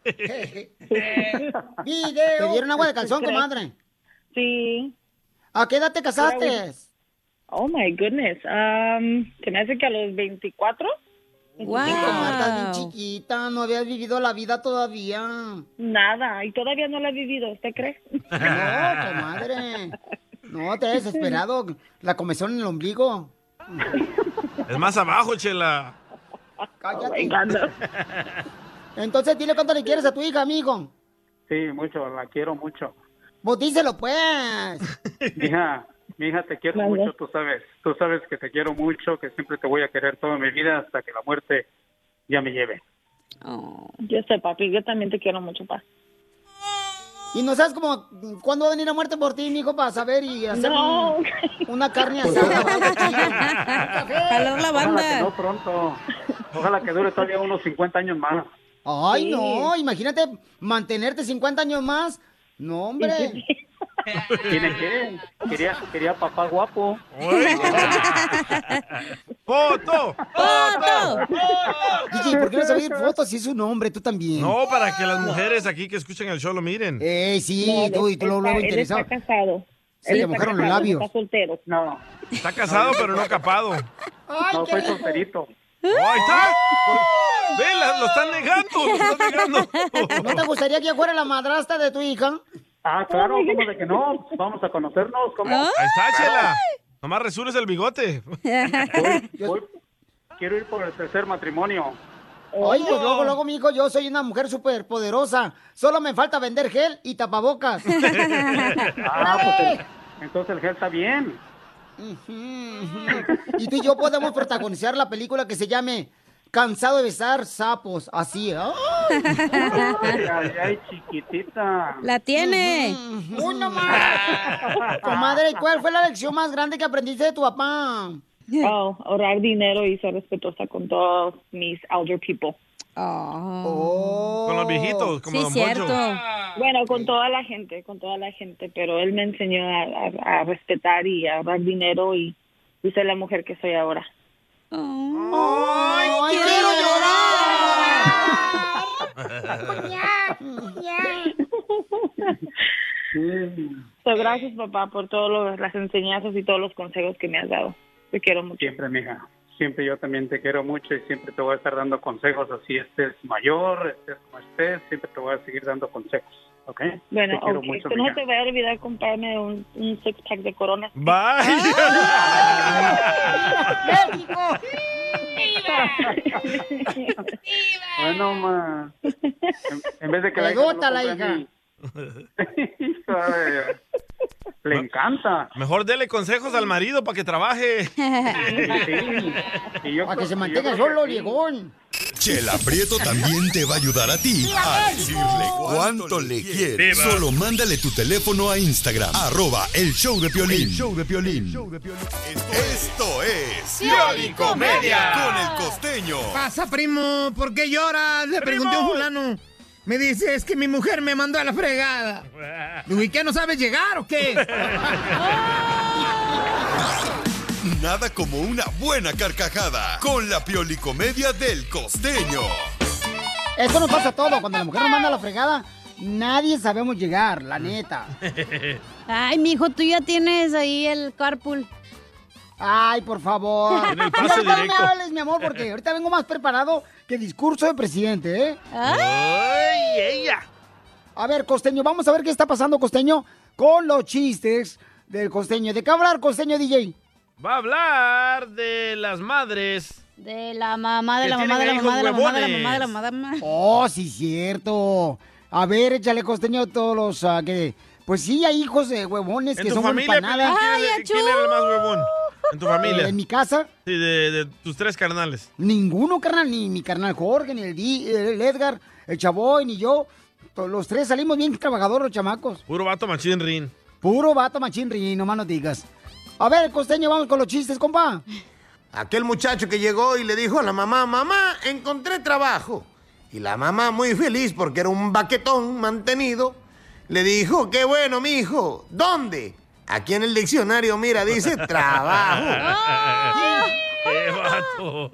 Video. ¿Te dieron agua de calzón, comadre? Sí. ¿A qué edad te casaste? Oh, my goodness. Um, se me hace que a los veinticuatro. Wow. Estás bien chiquita, no habías vivido la vida todavía. Nada, y todavía no la he vivido, ¿usted cree? No, comadre. No, te has desesperado. La comezón en el ombligo. Es más abajo, Chela. Cállate. Entonces, dile cuánto le quieres a tu hija, amigo. Sí, mucho, la quiero mucho. Pues díselo, pues. Mija, mi hija, te quiero Vale. mucho, tú sabes. Tú sabes que te quiero mucho, que siempre te voy a querer toda mi vida hasta que la muerte ya me lleve. Yo sé, papi, yo también te quiero mucho, pa. ¿Y no sabes cómo cuándo va a venir la muerte por ti, mijo, para saber y hacer No. un- una carne asada? Jalar la banda. Ojalá que no pronto. Ojalá que dure todavía unos cincuenta años más. Ay, Sí. no, imagínate mantenerte cincuenta años más. No, hombre. ¿Tiene qué? Quería, quería papá guapo. ¡Foto! ¡Foto! D J, ¿por qué no subir fotos si es un hombre? Tú también. No, para que las mujeres aquí que escuchen el show lo miren. Eh, sí, No, tú y tú luego, luego él interesado. está casado. Se Él le está mojaron los casado, labios. Está soltero. No. Está casado, pero no capado. No, soy solterito. ¡Oh, ahí está! ¡Ve, la- lo están negando! ¡Lo están negando! ¿No te gustaría que yo fuera la madrastra de tu hija? Ah, claro, ¿cómo de que no? Vamos a conocernos, ¿cómo? Ahí está, Chela. Nomás resures el bigote. Voy- voy- quiero ir por el tercer matrimonio. Oye, pues luego, luego, mi hijo, yo soy una mujer súper poderosa. Solo me falta vender gel y tapabocas. Ah, pues el- entonces el gel está bien. Y tú y yo podemos protagonizar la película que se llame Cansado de besar sapos. Así, ¿eh? Ay, ay, ay, chiquitita. La tiene. Uno más. Comadre, ¿cuál fue la lección más grande que aprendiste de tu papá? Oh, ahorrar dinero y ser respetuosa con todos mis elder people. Con los viejitos, como Don Poncho. Bueno, con toda la gente, con toda la gente, pero él me enseñó a, a- a respetar y a ahorrar dinero y, y ser la mujer que soy ahora. ¡Ay, quiero So, gracias, papá, por todas las enseñanzas y todos los consejos que me has dado. Te quiero mucho. Siempre, mija. Siempre yo también te quiero mucho y siempre te voy a estar dando consejos, así estés mayor, estés como estés, siempre te voy a seguir dando consejos, ¿ok? Bueno, te quiero ok. mucho, Tú no mija. te vaya a olvidar comprarme un, un six pack de Corona. Bueno, ma. En, en vez de que Le la hija me lo gusta la compre a hija. mí. Ay, le encanta. Mejor dele consejos al marido para que trabaje. Sí. Y yo Para creo- que se y mantenga yo creo solo, que sí. viejón. Chela Prieto también te va a ayudar a ti a decirle cuánto le quiere. Solo mándale tu teléfono a Instagram, arroba el show de Piolín. El show de Piolín. Esto es Pioli Comedia. Con el Costeño. Pasa, primo, ¿por qué lloras? Le pregunté a un fulano. Me dice, es que mi mujer me mandó a la fregada. Digo, ¿y qué, no sabes llegar o qué? Nada como una buena carcajada con la piolicomedia del Costeño. Eso nos pasa todo. Cuando la mujer nos manda a la fregada, nadie sabemos llegar, la neta. Ay, mijo, tú ya tienes ahí el carpool. Ay, por favor. En el Mira, pase no me directo. hables, mi amor, porque ahorita vengo más preparado que discurso de presidente, ¿eh? ¡Ay, ella! A ver, Costeño, vamos a ver qué está pasando, Costeño, con los chistes del Costeño. ¿De qué hablar, Costeño D J? Va a hablar de las madres. De la mamá, de Que la mamá, de la tienen mamá, de la hijos mamá, de la huevones. mamá, de la mamá, de la mamá. Oh, sí, cierto. A ver, échale, Costeño, todos los ah, que... Pues sí, hay hijos de huevones En que tu son familia, buenos para nada. Piolín, ¿quién, ¿quién era el más huevón? ¿En tu familia? ¿En mi casa? Sí, de, de tus tres carnales. Ninguno, carnal, ni mi carnal Jorge, ni el, Di- el Edgar, el Chavoy, ni yo. To- Los tres salimos bien trabajadores, los chamacos. Puro vato machín rin. Puro vato machín, nomás no digas. A ver, Costeño, vamos con los chistes, compa. Aquel muchacho que llegó y le dijo a la mamá, mamá, encontré trabajo. Y la mamá, muy feliz porque era un baquetón mantenido, le dijo, qué bueno, mijo. ¿Dónde? Aquí en el diccionario, mira, dice trabajo. ¡Qué vato!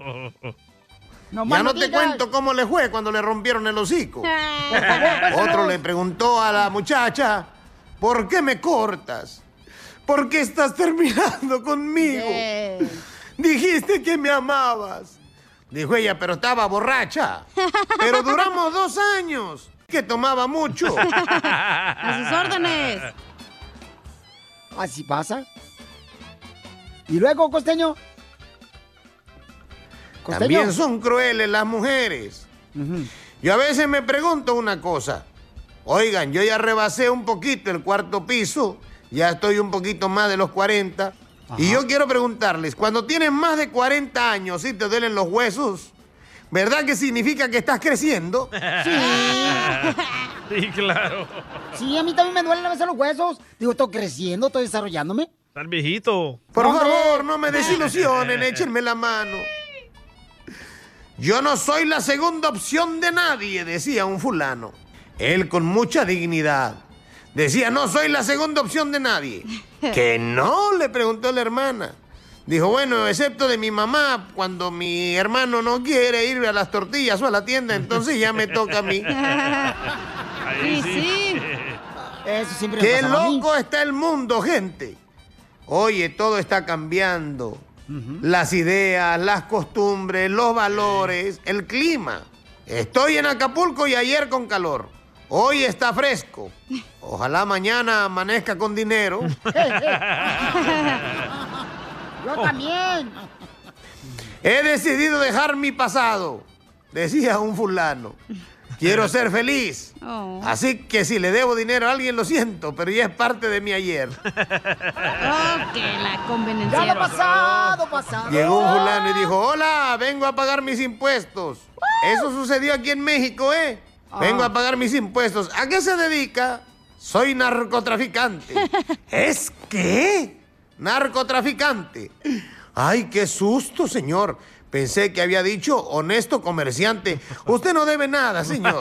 Ya no te cuento cómo le fue cuando le rompieron el hocico. Otro le preguntó a la muchacha, ¿por qué me cortas? ¿Por qué estás terminando conmigo? Dijiste que me amabas. Dijo ella, pero estaba borracha. Pero duramos dos años, que tomaba mucho. A sus órdenes. Así pasa. ¿Y luego, Costeño? Costeño. También son crueles las mujeres. Yo a veces me pregunto una cosa. Oigan, yo ya rebasé un poquito el cuarto piso, ya estoy un poquito más de los cuarenta. Y yo quiero preguntarles, cuando tienes más de cuarenta años y te duelen los huesos, ¿verdad que significa que estás creciendo? Sí, claro. Sí, a mí también me duelen a veces los huesos. Digo, estoy creciendo, estoy desarrollándome. Estás viejito. Por favor, no me desilusionen, échenme la mano. Yo no soy la segunda opción de nadie, decía un fulano. Él con mucha dignidad. Decía, no soy la segunda opción de nadie. ¿Que no? Le preguntó la hermana. Dijo, bueno, excepto de mi mamá, cuando mi hermano no quiere ir a las tortillas o a la tienda, entonces ya me toca a mí. Ahí sí. Eso siempre me Qué pasaba a mí. loco está el mundo, gente. Oye, todo está cambiando. Las ideas, las costumbres, los valores, el clima. Estoy en Acapulco y ayer con calor. Hoy está fresco. Ojalá mañana amanezca con dinero. Yo también. He decidido dejar mi pasado, decía un fulano. Quiero ser feliz. Oh. Así que si le debo dinero a alguien, lo siento, pero ya es parte de mi ayer. Oh, que la conveniencia. Ya lo pasado, pasado. Llegó un fulano y dijo, hola, vengo a pagar mis impuestos. Eso sucedió aquí en México, ¿eh? Vengo a pagar mis impuestos. ¿A qué se dedica? Soy narcotraficante. ¿Es qué? Narcotraficante. Ay, qué susto, señor. Pensé que había dicho honesto comerciante. Usted no debe nada, señor.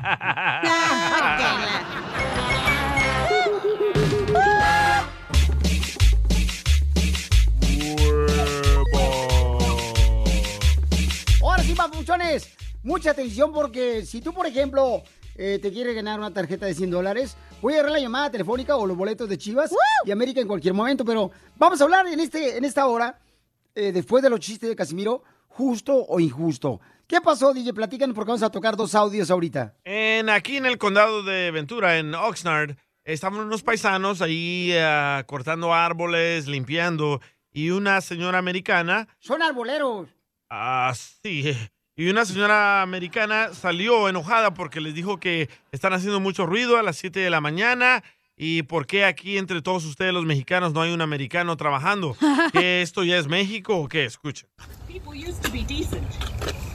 Ahora sí, papuchones, mucha atención porque si tú, por ejemplo, eh, te quieres ganar una tarjeta de cien dólares, voy a agarrar la llamada telefónica o los boletos de Chivas y América en cualquier momento, pero vamos a hablar en, este, en esta hora, eh, después de los chistes de Casimiro, justo o injusto. ¿Qué pasó, D J? Platícanos porque vamos a tocar dos audios ahorita. En, aquí en el condado de Ventura, en Oxnard, estaban unos paisanos ahí eh, cortando árboles, limpiando, y una señora americana... Son arboleros. Ah, sí. Y una señora americana salió enojada porque les dijo que están haciendo mucho ruido a las siete de la mañana y por qué aquí entre todos ustedes los mexicanos no hay un americano trabajando. ¿Que esto ya es México o qué? Escuchen. People used to be decent.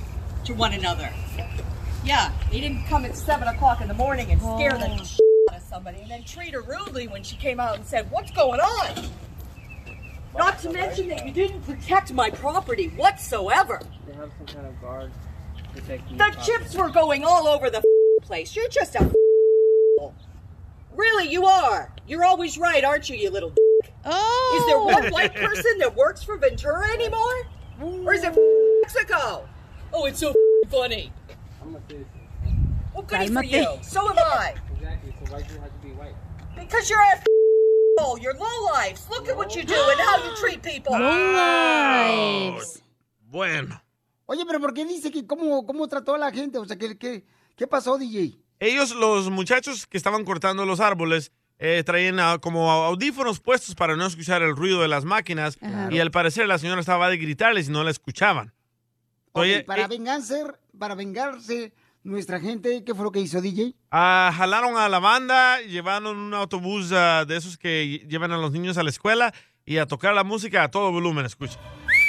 to one another. Yeah, they didn't come at seven o'clock in the morning and scare the shit out of somebody and then treat her rudely when she came out and said, what's going on? Not to mention that you didn't protect my property whatsoever. They have some kind of guard protecting The chips were going all over the place. You're just a Really, you are. You're always right, aren't you, you little dick? Oh. Is there one white person that works for Ventura anymore? Or is it Mexico? Oh, it's so funny. I'm a citizen. Well, goody for you. So am I. Exactly, so why do you have to be white? Because you're a you're low lives. Look at what you do and how you treat people. Lowlifes. Bueno. Oye, pero ¿por qué dice que cómo, cómo trató a la gente? O sea, ¿qué, qué, qué pasó, D J? Ellos, los muchachos que estaban cortando los árboles, eh, traían ah, como audífonos puestos para no escuchar el ruido de las máquinas. Ajá. Y al parecer la señora estaba de gritarles y no la escuchaban. Ok, Oye, para, eh, vengarse, para vengarse nuestra gente, ¿qué fue lo que hizo D J? ah, jalaron a la banda, llevaron un autobús ah, de esos que llevan a los niños a la escuela y a tocar la música a todo volumen, escucha.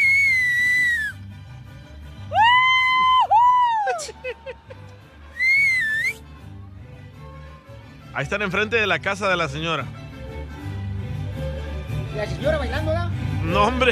Ahí están enfrente de la casa de la señora. ¿La señora bailando, ¿verdad? No, hombre.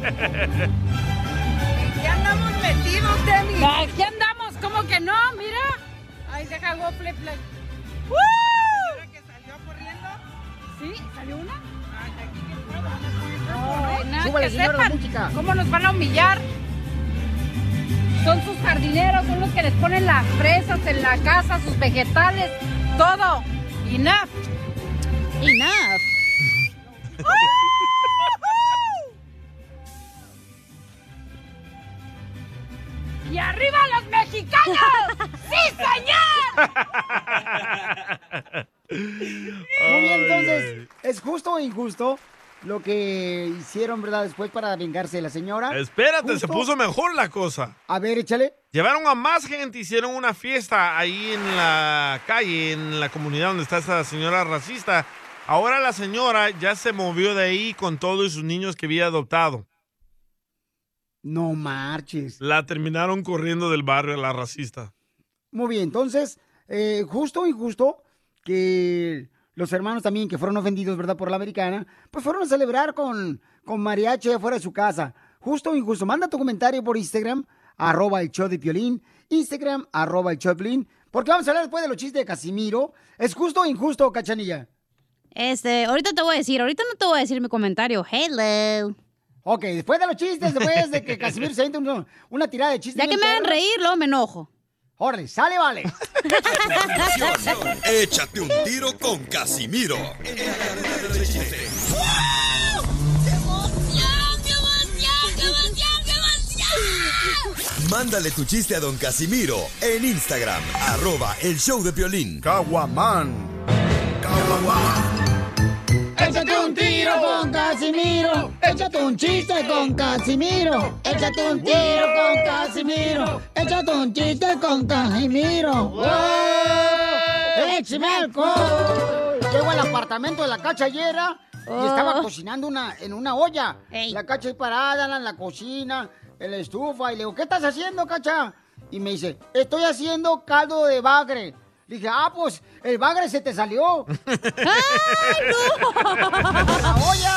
Ya andamos metidos, Demi. Aquí andamos, ¿cómo que no? Mira. Ahí se cagó flip flip. ¿La señora que salió corriendo? ¿Sí? ¿Salió una? Ay, aquí que puedo, no Ay, nada, Súbale, que señora, la sepan música. cómo nos van a humillar. Son sus jardineros, son los que les ponen las fresas en la casa, sus vegetales, todo. Enough. Enough. ¡Y arriba los mexicanos! ¡Sí, señor! Muy bien, entonces, ¿es justo o injusto lo que hicieron, verdad, después para vengarse de la señora? Espérate, se ¿Justo? puso mejor la cosa. A ver, échale. Llevaron a más gente, hicieron una fiesta ahí en la calle, en la comunidad donde está esa señora racista. Ahora la señora ya se movió de ahí con todos sus niños que había adoptado. No marches. La terminaron corriendo del barrio, la racista. Muy bien, entonces, eh, justo o injusto que los hermanos también que fueron ofendidos, ¿verdad?, por la americana, pues fueron a celebrar con, con mariachi afuera de su casa. Justo o injusto. Manda tu comentario por Instagram, arroba el show de Piolín, Instagram, arroba el show de Piolín, porque vamos a hablar después de los chistes de Casimiro. ¿Es justo o injusto, Cachanilla? Este, ahorita te voy a decir, ahorita no te voy a decir mi comentario. Hello. Ok, después de los chistes, después de que Casimiro se avienta una, una tirada de chistes. Ya que me hagan reír, luego me enojo. Órale, sale, vale. Échate un tiro con Casimiro. Mándale tu chiste a don Casimiro en Instagram, arroba el show de Piolín. Caguaman. Échate un tiro con Casimiro. Échate un chiste con Casimiro. Échate un tiro con Casimiro. Échate un chiste con Casimiro. ¡Wow! ¡Échame alcohol! Llego al apartamento de la Cacha ayer y estaba cocinando una, en una olla. Ey. La Cacha ahí parada en la cocina, en la estufa. Y le digo, ¿qué estás haciendo, Cacha? Y me dice, estoy haciendo caldo de bagre. Le dije, ah, pues, el bagre se te salió. ¡Ay, no! ¡La olla!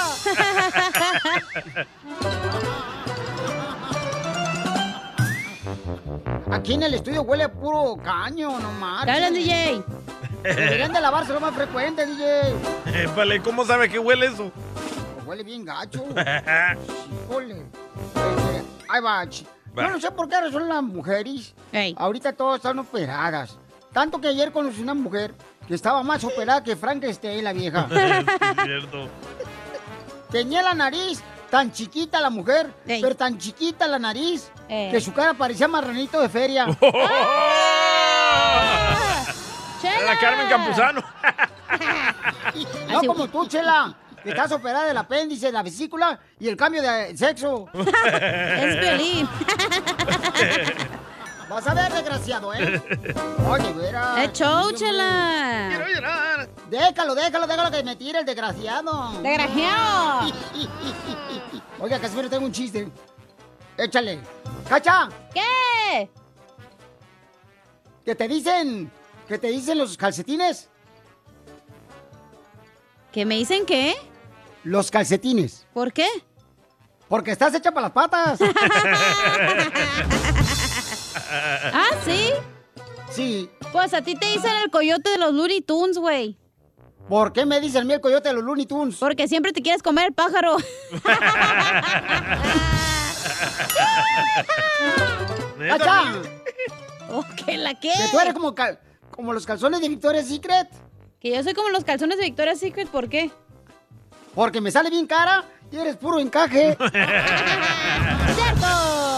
Aquí en el estudio huele a puro caño, no más. ¿Qué hablan, D J? Deberían de lavarse lo más frecuente, D J. Épale, ¿cómo sabe que huele eso? Pues huele bien gacho. Híjole. Este, ahí va. ch- Yo no sé por qué son las mujeres. Ahorita todas están operadas. Tanto que ayer conocí una mujer que estaba más operada que Frankenstein, la vieja. Es cierto. Tenía la nariz tan chiquita la mujer, pero tan chiquita la nariz, Eh. que su cara parecía marranito de feria. La Carmen Campuzano. No como tú, Chela, que estás operada del apéndice, de la vesícula y el cambio de sexo. Es Piolín. Vas a ver, desgraciado, ¿eh? Oye, verás. ¡Es show, Chela! Quiero llorar. Déjalo, déjalo, déjalo que me tire el desgraciado. ¡Desgraciado! Oiga, Casimiro, tengo un chiste. Échale. ¡Cacha! ¿Qué? ¿Qué te dicen? ¿Qué te dicen los calcetines? ¿Qué me dicen qué? Los calcetines. ¿Por qué? Porque estás hecha para las patas. ¿Ah, sí? Sí. Pues a ti te dicen el coyote de los Looney Tunes, güey. ¿Por qué me dicen a mí el coyote de los Looney Tunes? Porque siempre te quieres comer el pájaro. ¡Cacha! ¿O qué, la qué? Que tú eres como, cal- como los calzones de Victoria's Secret. Que yo soy como los calzones de Victoria's Secret, ¿por qué? Porque me sale bien cara y eres puro encaje. ¡Cierto!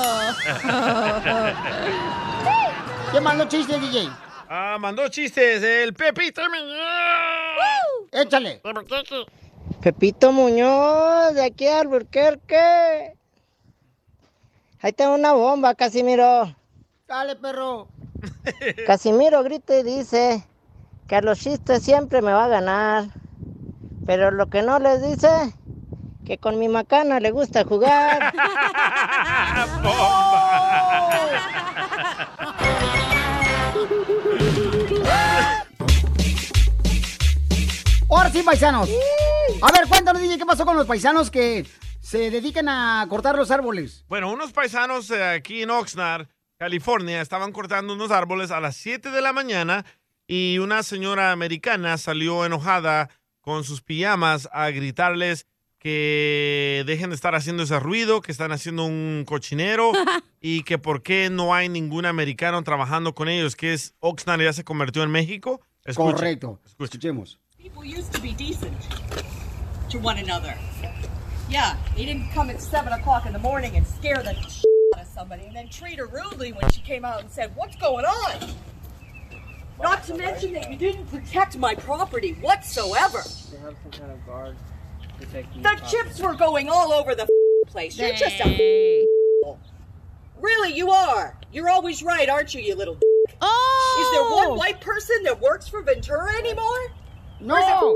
¿Qué mandó chistes, D J? Ah, mandó chistes el Pepito. Échale. Pepito Muñoz, de aquí a Albuquerque. Ahí tengo una bomba, Casimiro. Dale, perro. Casimiro grita y dice que a los chistes siempre me va a ganar. Pero lo que no les dice, que con mi macana le gusta jugar. Ahora sí, paisanos. A ver, cuéntanos, D J, ¿qué pasó con los paisanos que se dedican a cortar los árboles? Bueno, unos paisanos eh, aquí en Oxnard, California, estaban cortando unos árboles a las siete de la mañana y una señora americana salió enojada con sus pijamas a gritarles que dejen de estar haciendo ese ruido, que están haciendo un cochinero y que por qué no hay ningún americano trabajando con ellos, que es Oxnard ya se convirtió en México. Escuchen. Correcto. Escuchemos. People used to be decent to one another. Yeah, he didn't come at seven o'clock in the morning and scare the shit out of somebody and then treat her rudely when she came out and said, "What's going on?" Not to mention that you didn't protect my property whatsoever. They have some kind of guard protecting The chips were going all over the place. You're just a Really, you are. You're always right, aren't you, you little Oh! Is there one white person that works for Ventura anymore? No.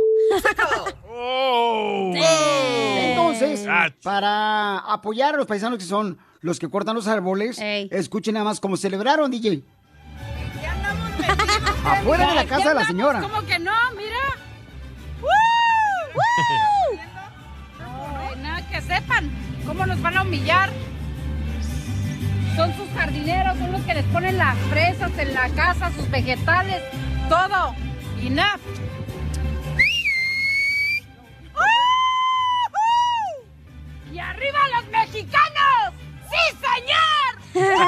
Oh. Entonces, para apoyar a los paisanos que son los que cortan los árboles, escuchen nada más cómo celebraron, D J. Afuera de la casa de la señora. ¿Cómo que no? Mira. ¡Woo! ¡Woo! Ay, nada, que sepan cómo nos van a humillar. Son sus jardineros, son los que les ponen las fresas en la casa, sus vegetales, todo. Enough. ¡Y arriba los mexicanos! ¡Sí, señor!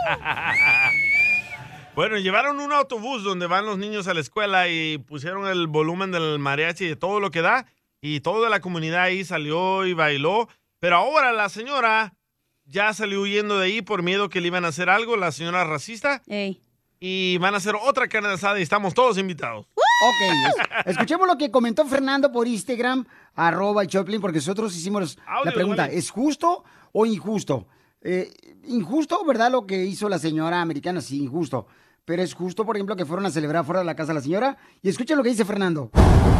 Bueno, llevaron un autobús donde van los niños a la escuela y pusieron el volumen del mariachi y de todo lo que da. Y toda la comunidad ahí salió y bailó. Pero ahora la señora ya salió huyendo de ahí por miedo que le iban a hacer algo, la señora racista. Ey. Y van a hacer otra carne asada y estamos todos invitados. Ok, es- escuchemos lo que comentó Fernando por Instagram, arroba el Choplin, porque nosotros hicimos Audio, la pregunta, vale. ¿es justo o injusto? Eh, injusto, ¿verdad? Lo que hizo la señora americana, sí, injusto. Pero es justo, por ejemplo, que fueron a celebrar fuera de la casa de la señora. Y escuchen lo que dice Fernando.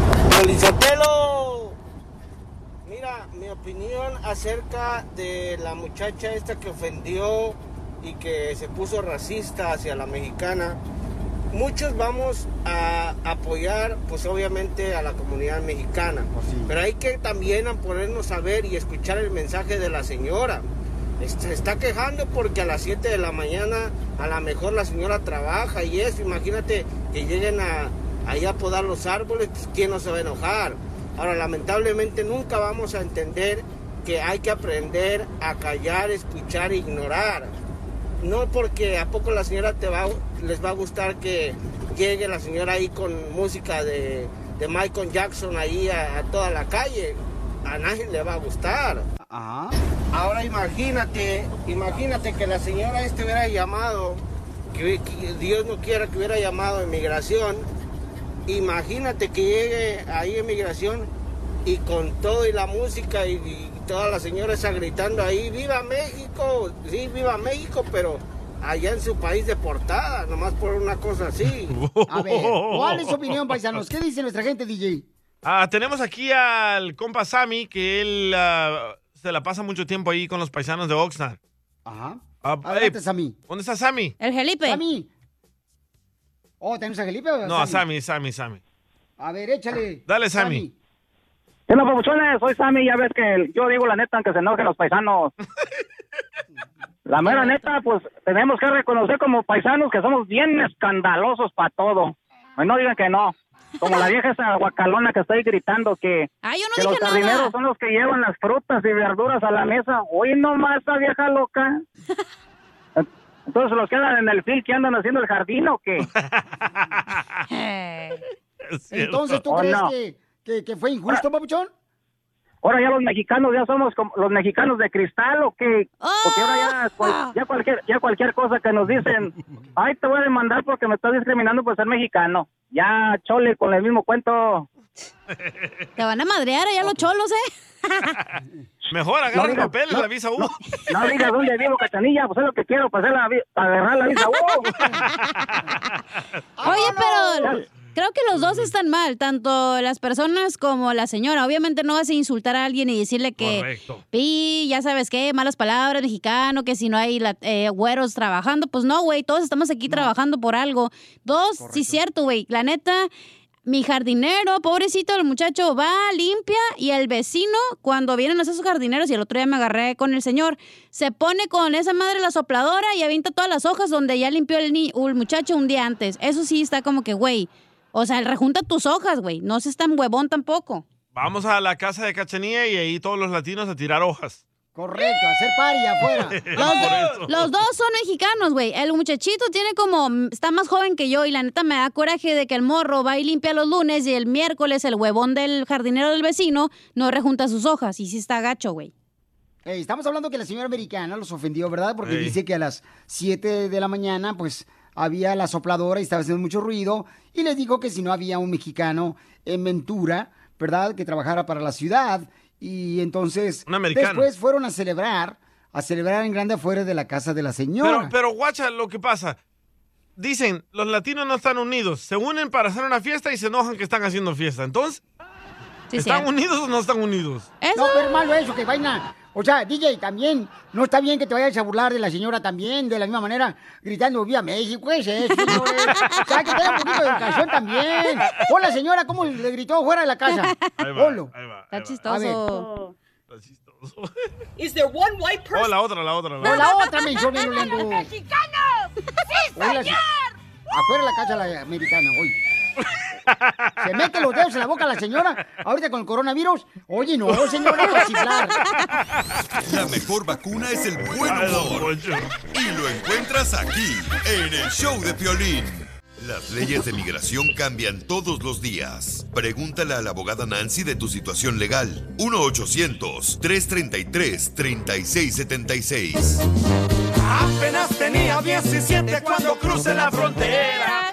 Pelizotelo, mira, mi opinión acerca de la muchacha esta que ofendió y que se puso racista hacia la mexicana. Muchos vamos a apoyar, pues obviamente, a la comunidad mexicana. Pero hay que también ponernos a ver y escuchar el mensaje de la señora. Se está quejando porque a las siete de la mañana a lo mejor la señora trabaja y eso. Imagínate que lleguen a, ahí a podar los árboles, pues, ¿quién no se va a enojar? Ahora, lamentablemente nunca vamos a entender que hay que aprender a callar, escuchar e ignorar. No porque a poco la señora te va, les va a gustar que llegue la señora ahí con música de, de Michael Jackson ahí a, a toda la calle. A nadie le va a gustar. Ahora imagínate, imagínate que la señora este hubiera llamado, que, que Dios no quiera que hubiera llamado a inmigración. Imagínate que llegue ahí a inmigración y con todo y la música y, y todas las señoras gritando ahí, ¡Viva México! Sí, ¡Viva México! Pero allá en su país deportada, nomás por una cosa así. A ver, ¿cuál es su opinión, paisanos? ¿Qué dice nuestra gente, D J? Ah, tenemos aquí al compa Sammy, que él ah, se la pasa mucho tiempo ahí con los paisanos de Oxnard. Ajá. Ah, Adelante, hey, Sammy. ¿Dónde está Sammy? El Felipe. Sammy. Oh, ¿tenemos a Felipe o a No, a Sammy? Sammy, Sammy, Sammy. A ver, échale. Dale, Sammy. ¿Qué onda, papuchones? Soy Sammy, ya ves que yo digo la neta aunque se enojen los paisanos. La mera neta, pues tenemos que reconocer como paisanos que somos bien escandalosos para todo. Pues no digan que no. Como la vieja esa guacalona que está ahí gritando que, Ay, yo no que dije los jardineros nada. son los que llevan las frutas y verduras a la mesa. Oye, nomás esa vieja loca. Entonces los que andan en el field, ¿que andan haciendo el jardín o qué? Entonces, ¿tú ¿O crees no? que, que, que fue injusto, papuchón? Ahora ya los mexicanos ya somos como los mexicanos de cristal o qué? Porque ahora ya, cual- ya cualquier ya cualquier cosa que nos dicen, ay, te voy a demandar porque me estás discriminando por ser mexicano. Ya, chole, con el mismo cuento. Te van a madrear allá los cholos, ¿eh? Mejor agarra No el digas- papel, no- la visa U. No, no digas dónde vivo, Cachanilla, pues es lo que quiero, para, hacer la, vi- para agarrar la visa. ¡Uh! Oye, pero creo que los dos están mal, tanto las personas como la señora. Obviamente no vas a insultar a alguien y decirle que, Correcto. pi, ya sabes qué, malas palabras, mexicano, que si no hay la- eh, güeros trabajando. Pues no, güey, todos estamos aquí trabajando por algo. Dos, sí es cierto, güey, la neta... Mi jardinero, pobrecito, el muchacho va, limpia, y el vecino, cuando vienen esos jardineros, y el otro día me agarré con el señor, se pone con esa madre la sopladora y avienta todas las hojas donde ya limpió el, ni el muchacho un día antes. Eso sí está como que, güey, o sea, rejunta tus hojas, güey, no seas tan huevón tampoco. Vamos a la casa de Cachanía y ahí todos los latinos a tirar hojas. Correcto, hacer party afuera. Los, do- los dos son mexicanos, güey. El muchachito tiene como, está más joven que yo y la neta me da coraje de que el morro va y limpia los lunes y el miércoles el huevón del jardinero del vecino no rejunta sus hojas y sí está gacho, güey. Ey, estamos hablando que la señora americana los ofendió, ¿verdad? Porque Ey. dice que a las siete de la mañana, pues, había la sopladora y estaba haciendo mucho ruido. Y les dijo que si no había un mexicano en Ventura, ¿verdad? Que trabajara para la ciudad. Y entonces, Un americano. después fueron a celebrar, a celebrar en grande afuera de la casa de la señora. Pero, pero guacha, lo que pasa. Dicen, los latinos no están unidos. Se unen para hacer una fiesta y se enojan que están haciendo fiesta. Entonces, Sí, ¿están cierto. unidos o no están unidos? No, pero es malo eso, que vaina. O sea, D J, también, no está bien que te vayas a burlar de la señora también, de la misma manera, gritando ¡Viva México! ¿Qué es eso, señores? O sea, que tenga un poquito de educación también. Hola, señora, ¿cómo le gritó fuera de la casa? Ahí va, Polo. ahí va. Está chistoso. Is there one white person? Oh, la otra, la otra. O la otra me hizo bien lento. ¡Mexicanos! ¡Sí, Hola, señor! afuera de la casa la americana, hoy. Se mete los dedos en la boca la señora, ahorita con el coronavirus. Oye, no, señora, para chiflar. La mejor vacuna es el buen humor. Y lo encuentras aquí, en el show de Piolín. Las leyes de migración cambian todos los días. Pregúntale a la abogada Nancy de tu situación legal. uno ochocientos, tres treinta y tres, treinta y seis setenta y seis. Apenas tenía diecisiete cuando crucé la frontera.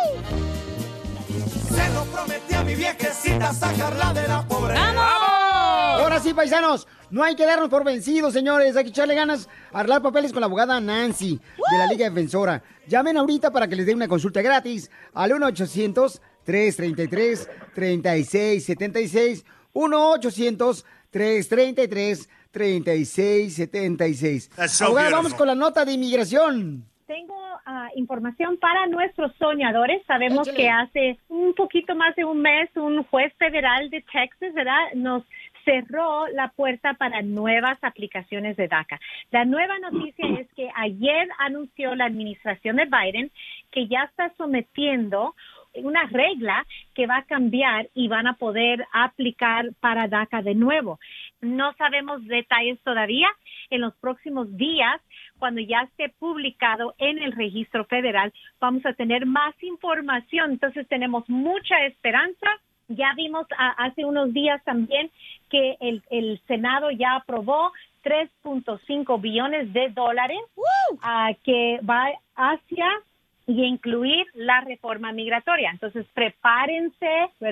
Se lo prometí a mi viejecita sacarla de la pobreza. Ahora sí, paisanos, no hay que darnos por vencidos, señores. Hay que echarle ganas a arreglar papeles con la abogada Nancy de la Liga Defensora. Llamen ahorita para que les dé una consulta gratis al uno ochocientos, tres treinta y tres, treinta y seis setenta y seis. uno ochocientos, tres treinta y tres, treinta y seis setenta y seis. That's so Abogada, beautiful. vamos con la nota de inmigración. Tengo ah, información para nuestros soñadores. Sabemos Échale. que hace un poquito más de un mes un juez federal de Texas, ¿verdad?, nos cerró la puerta para nuevas aplicaciones de DACA. La nueva noticia es que ayer anunció la administración de Biden que ya está sometiendo una regla que va a cambiar y van a poder aplicar para DACA de nuevo. No sabemos detalles todavía. En los próximos días, cuando ya esté publicado en el registro federal, vamos a tener más información. Entonces tenemos mucha esperanza. Ya vimos ah, hace unos días también que el, el Senado ya aprobó tres punto cinco billones de dólares ah, que va hacia y incluir la reforma migratoria. Entonces, prepárense, ¿verdad?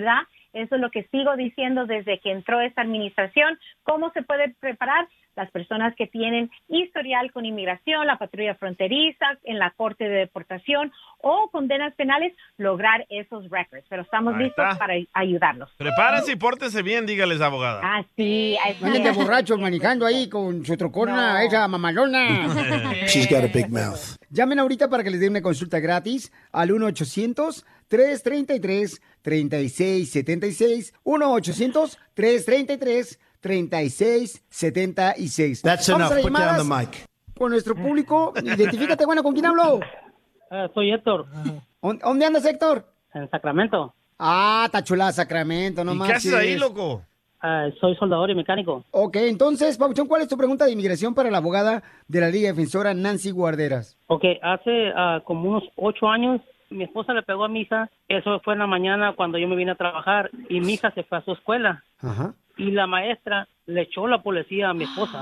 Eso es lo que sigo diciendo desde que entró esta administración. ¿Cómo se puede preparar? Las personas que tienen historial con inmigración, la patrulla fronteriza, en la corte de deportación o condenas penales, lograr esos records. Pero estamos Ahí listos está. para ayudarlos. Prepárense y pórtense bien, dígales, abogada. Ah, sí. No anden de borrachos manejando ahí con su trocona, No. esa mamalona. She's got a big mouth. Llamen ahorita para que les dé una consulta gratis al uno ochocientos, tres treinta y tres, treinta y seis setenta y seis. uno ochocientos, tres treinta y tres, treinta y seis setenta y seis. That's Vamos enough. a las Put down the llamadas mic. con nuestro público. Identifícate, bueno, ¿con quién hablo? soy Héctor. ¿Dónde dónde andas, Héctor? En Sacramento. Ah, está chula Sacramento, no ¿Y qué marches. haces ahí, loco? Ah, soy soldador y mecánico. Ok, entonces, Pabuchón, ¿cuál es tu pregunta de inmigración para la abogada de la Liga Defensora, Nancy Guarderas? Ok, hace ah, como unos ocho años mi esposa le pegó a mi hija. Eso fue en la mañana cuando yo me vine a trabajar y mi hija se fue a su escuela. Ajá. Y la maestra le echó la policía a mi esposa.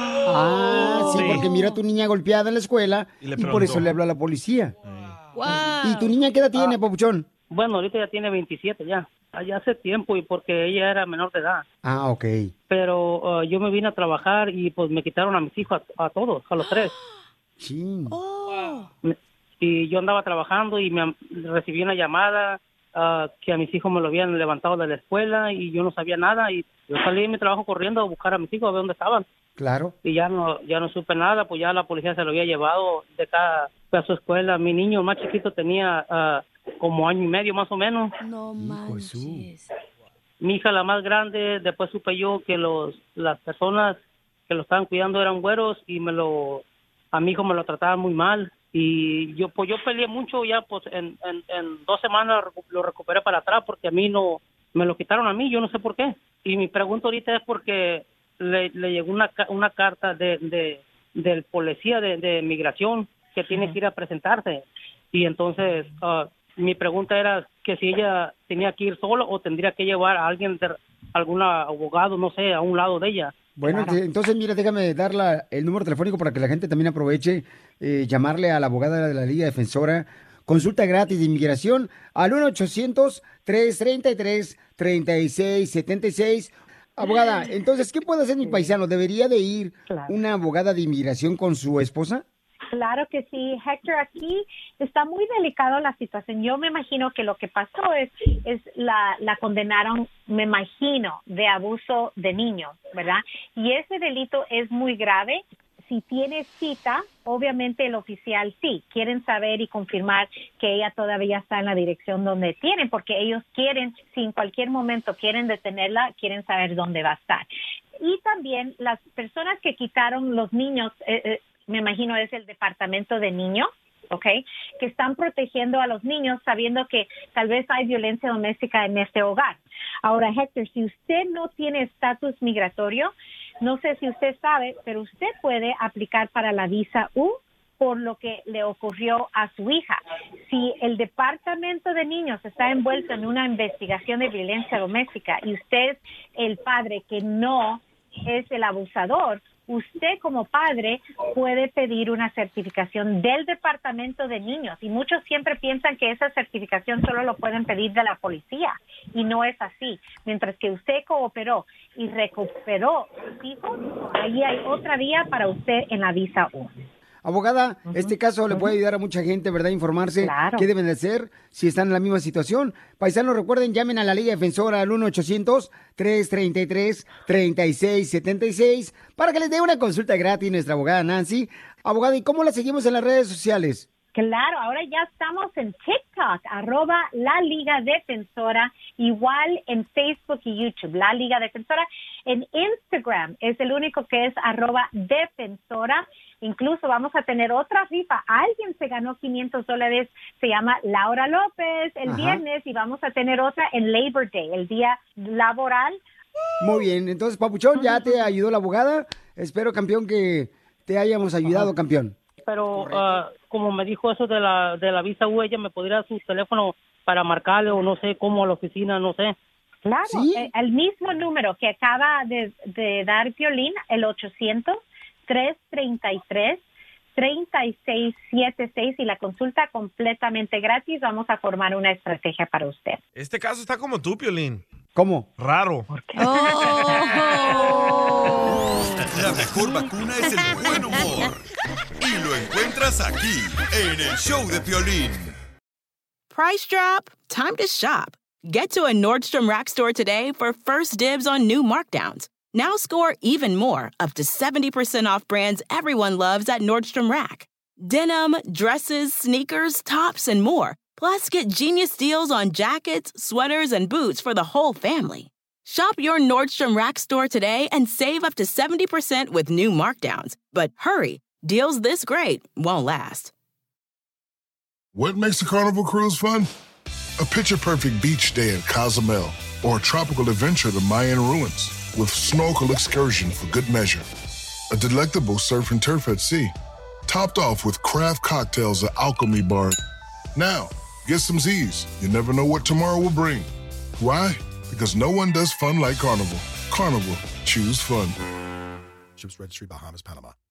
Ah, sí, porque miró a tu niña golpeada en la escuela Y y, le por preguntó. eso le habló a la policía. ¿Y tu niña qué edad tiene, Ah. Pabuchón? Bueno, ahorita ya tiene veintisiete ya. Ya hace tiempo y porque ella era menor de edad. Ah, ok. Pero ah, yo me vine a trabajar y pues me quitaron a mis hijos, a, a todos, a los tres. Sí. Me- Y yo andaba trabajando y me am- recibí una llamada ah, que a mis hijos me lo habían levantado de la escuela y yo no sabía nada y yo salí de mi trabajo corriendo a buscar a mis hijos a ver dónde estaban. Claro. Y ya no ya no supe nada, pues ya la policía se lo había llevado de cada fue a su escuela. Mi niño más chiquito tenía ah, como año y medio más o menos. No manches. Mi hija la más grande, después supe yo que los las personas que lo estaban cuidando eran güeros y me lo a mi hijo me lo trataban muy mal y yo pues yo peleé mucho ya pues en, en, en dos semanas recu- lo recuperé para atrás porque a mí no me lo quitaron a mí, yo no sé por qué. Y mi pregunta ahorita es porque le, le llegó una ca- una carta de, de del policía de, de migración que tiene que ir a presentarse y entonces ah, mi pregunta era que si ella tenía que ir solo o tendría que llevar a alguien de algún abogado, no sé, a un lado de ella. Bueno, te- entonces, mira, déjame dar la- el número telefónico para que la gente también aproveche, eh, llamarle a la abogada de la Liga Defensora. Consulta gratis de inmigración al uno ochocientos, tres treinta y tres, treinta y seis setenta y seis. Abogada, entonces, ¿qué puede hacer mi paisano? ¿Debería de ir una abogada de inmigración con su esposa? Claro que sí, Héctor, aquí está muy delicado la situación. Yo me imagino que lo que pasó es, es la, la condenaron, me imagino, de abuso de niños, ¿verdad? Y ese delito es muy grave. Si tiene cita, obviamente el oficial sí, quieren saber y confirmar que ella todavía está en la dirección donde tienen, porque ellos quieren, si en cualquier momento quieren detenerla, quieren saber dónde va a estar. Y también las personas que quitaron los niños, eh, eh, me imagino es el departamento de niños, ¿ok? Que están protegiendo a los niños sabiendo que tal vez hay violencia doméstica en este hogar. Ahora, Héctor, si usted no tiene estatus migratorio, no sé si usted sabe, pero usted puede aplicar para la visa U por lo que le ocurrió a su hija. Si el departamento de niños está envuelto en una investigación de violencia doméstica y usted es el padre que no es el abusador, usted como padre puede pedir una certificación del departamento de niños y muchos siempre piensan que esa certificación solo lo pueden pedir de la policía y no es así. Mientras que usted cooperó y recuperó sus hijos, ahí hay otra vía para usted en la visa U. Abogada, este caso le puede ayudar a mucha gente, ¿verdad? Informarse qué deben de hacer si están en la misma situación. Paisanos, recuerden, llamen a la Liga Defensora al uno ochocientos, tres treinta y tres, treinta y seis setenta y seis para que les dé una consulta gratis nuestra abogada Nancy. Abogada, ¿y cómo la seguimos en las redes sociales? Claro, ahora ya estamos en TikTok, arroba la Liga Defensora, igual en Facebook y YouTube, la Liga Defensora. En Instagram es el único que es arroba defensora. Incluso vamos a tener otra rifa. Alguien se ganó quinientos dólares, se llama Laura López el Ajá. viernes y vamos a tener otra en Labor Day, el día laboral. Muy bien, entonces, Papuchón, ya te ayudó la abogada. Espero, campeón, que te hayamos ayudado, campeón. Pero ah, como me dijo eso de la de la visa U, ella me podría dar su teléfono para marcarle o no sé cómo a la oficina, no sé. Claro, eh, el mismo número que acaba de, de dar Piolín, el ochocientos, tres treinta y tres, tres seis siete seis y la consulta completamente gratis. Vamos a formar una estrategia para usted. Este caso está como tú, Piolín. ¿Cómo? Raro. Oh. La mejor vacuna es el buen humor. Y lo encuentras aquí, en el show de Piolín. Price drop? Time to shop. Get to a Nordstrom Rack store today for first dibs on new markdowns. Now score even more, up to seventy percent off brands everyone loves at Nordstrom Rack. Denim, dresses, sneakers, tops, and more. Plus, get genius deals on jackets, sweaters, and boots for the whole family. Shop your Nordstrom Rack store today and save up to seventy percent with new markdowns. But hurry, deals this great won't last. What makes a Carnival cruise fun? A picture-perfect beach day in Cozumel or a tropical adventure to Mayan ruins with snorkel excursion for good measure. A delectable surf and turf at sea, topped off with craft cocktails at Alchemy Bar. Now, get some Z's. You never know what tomorrow will bring. Why? Because no one does fun like Carnival. Carnival. Choose fun. Ships Registry, Bahamas, Panama.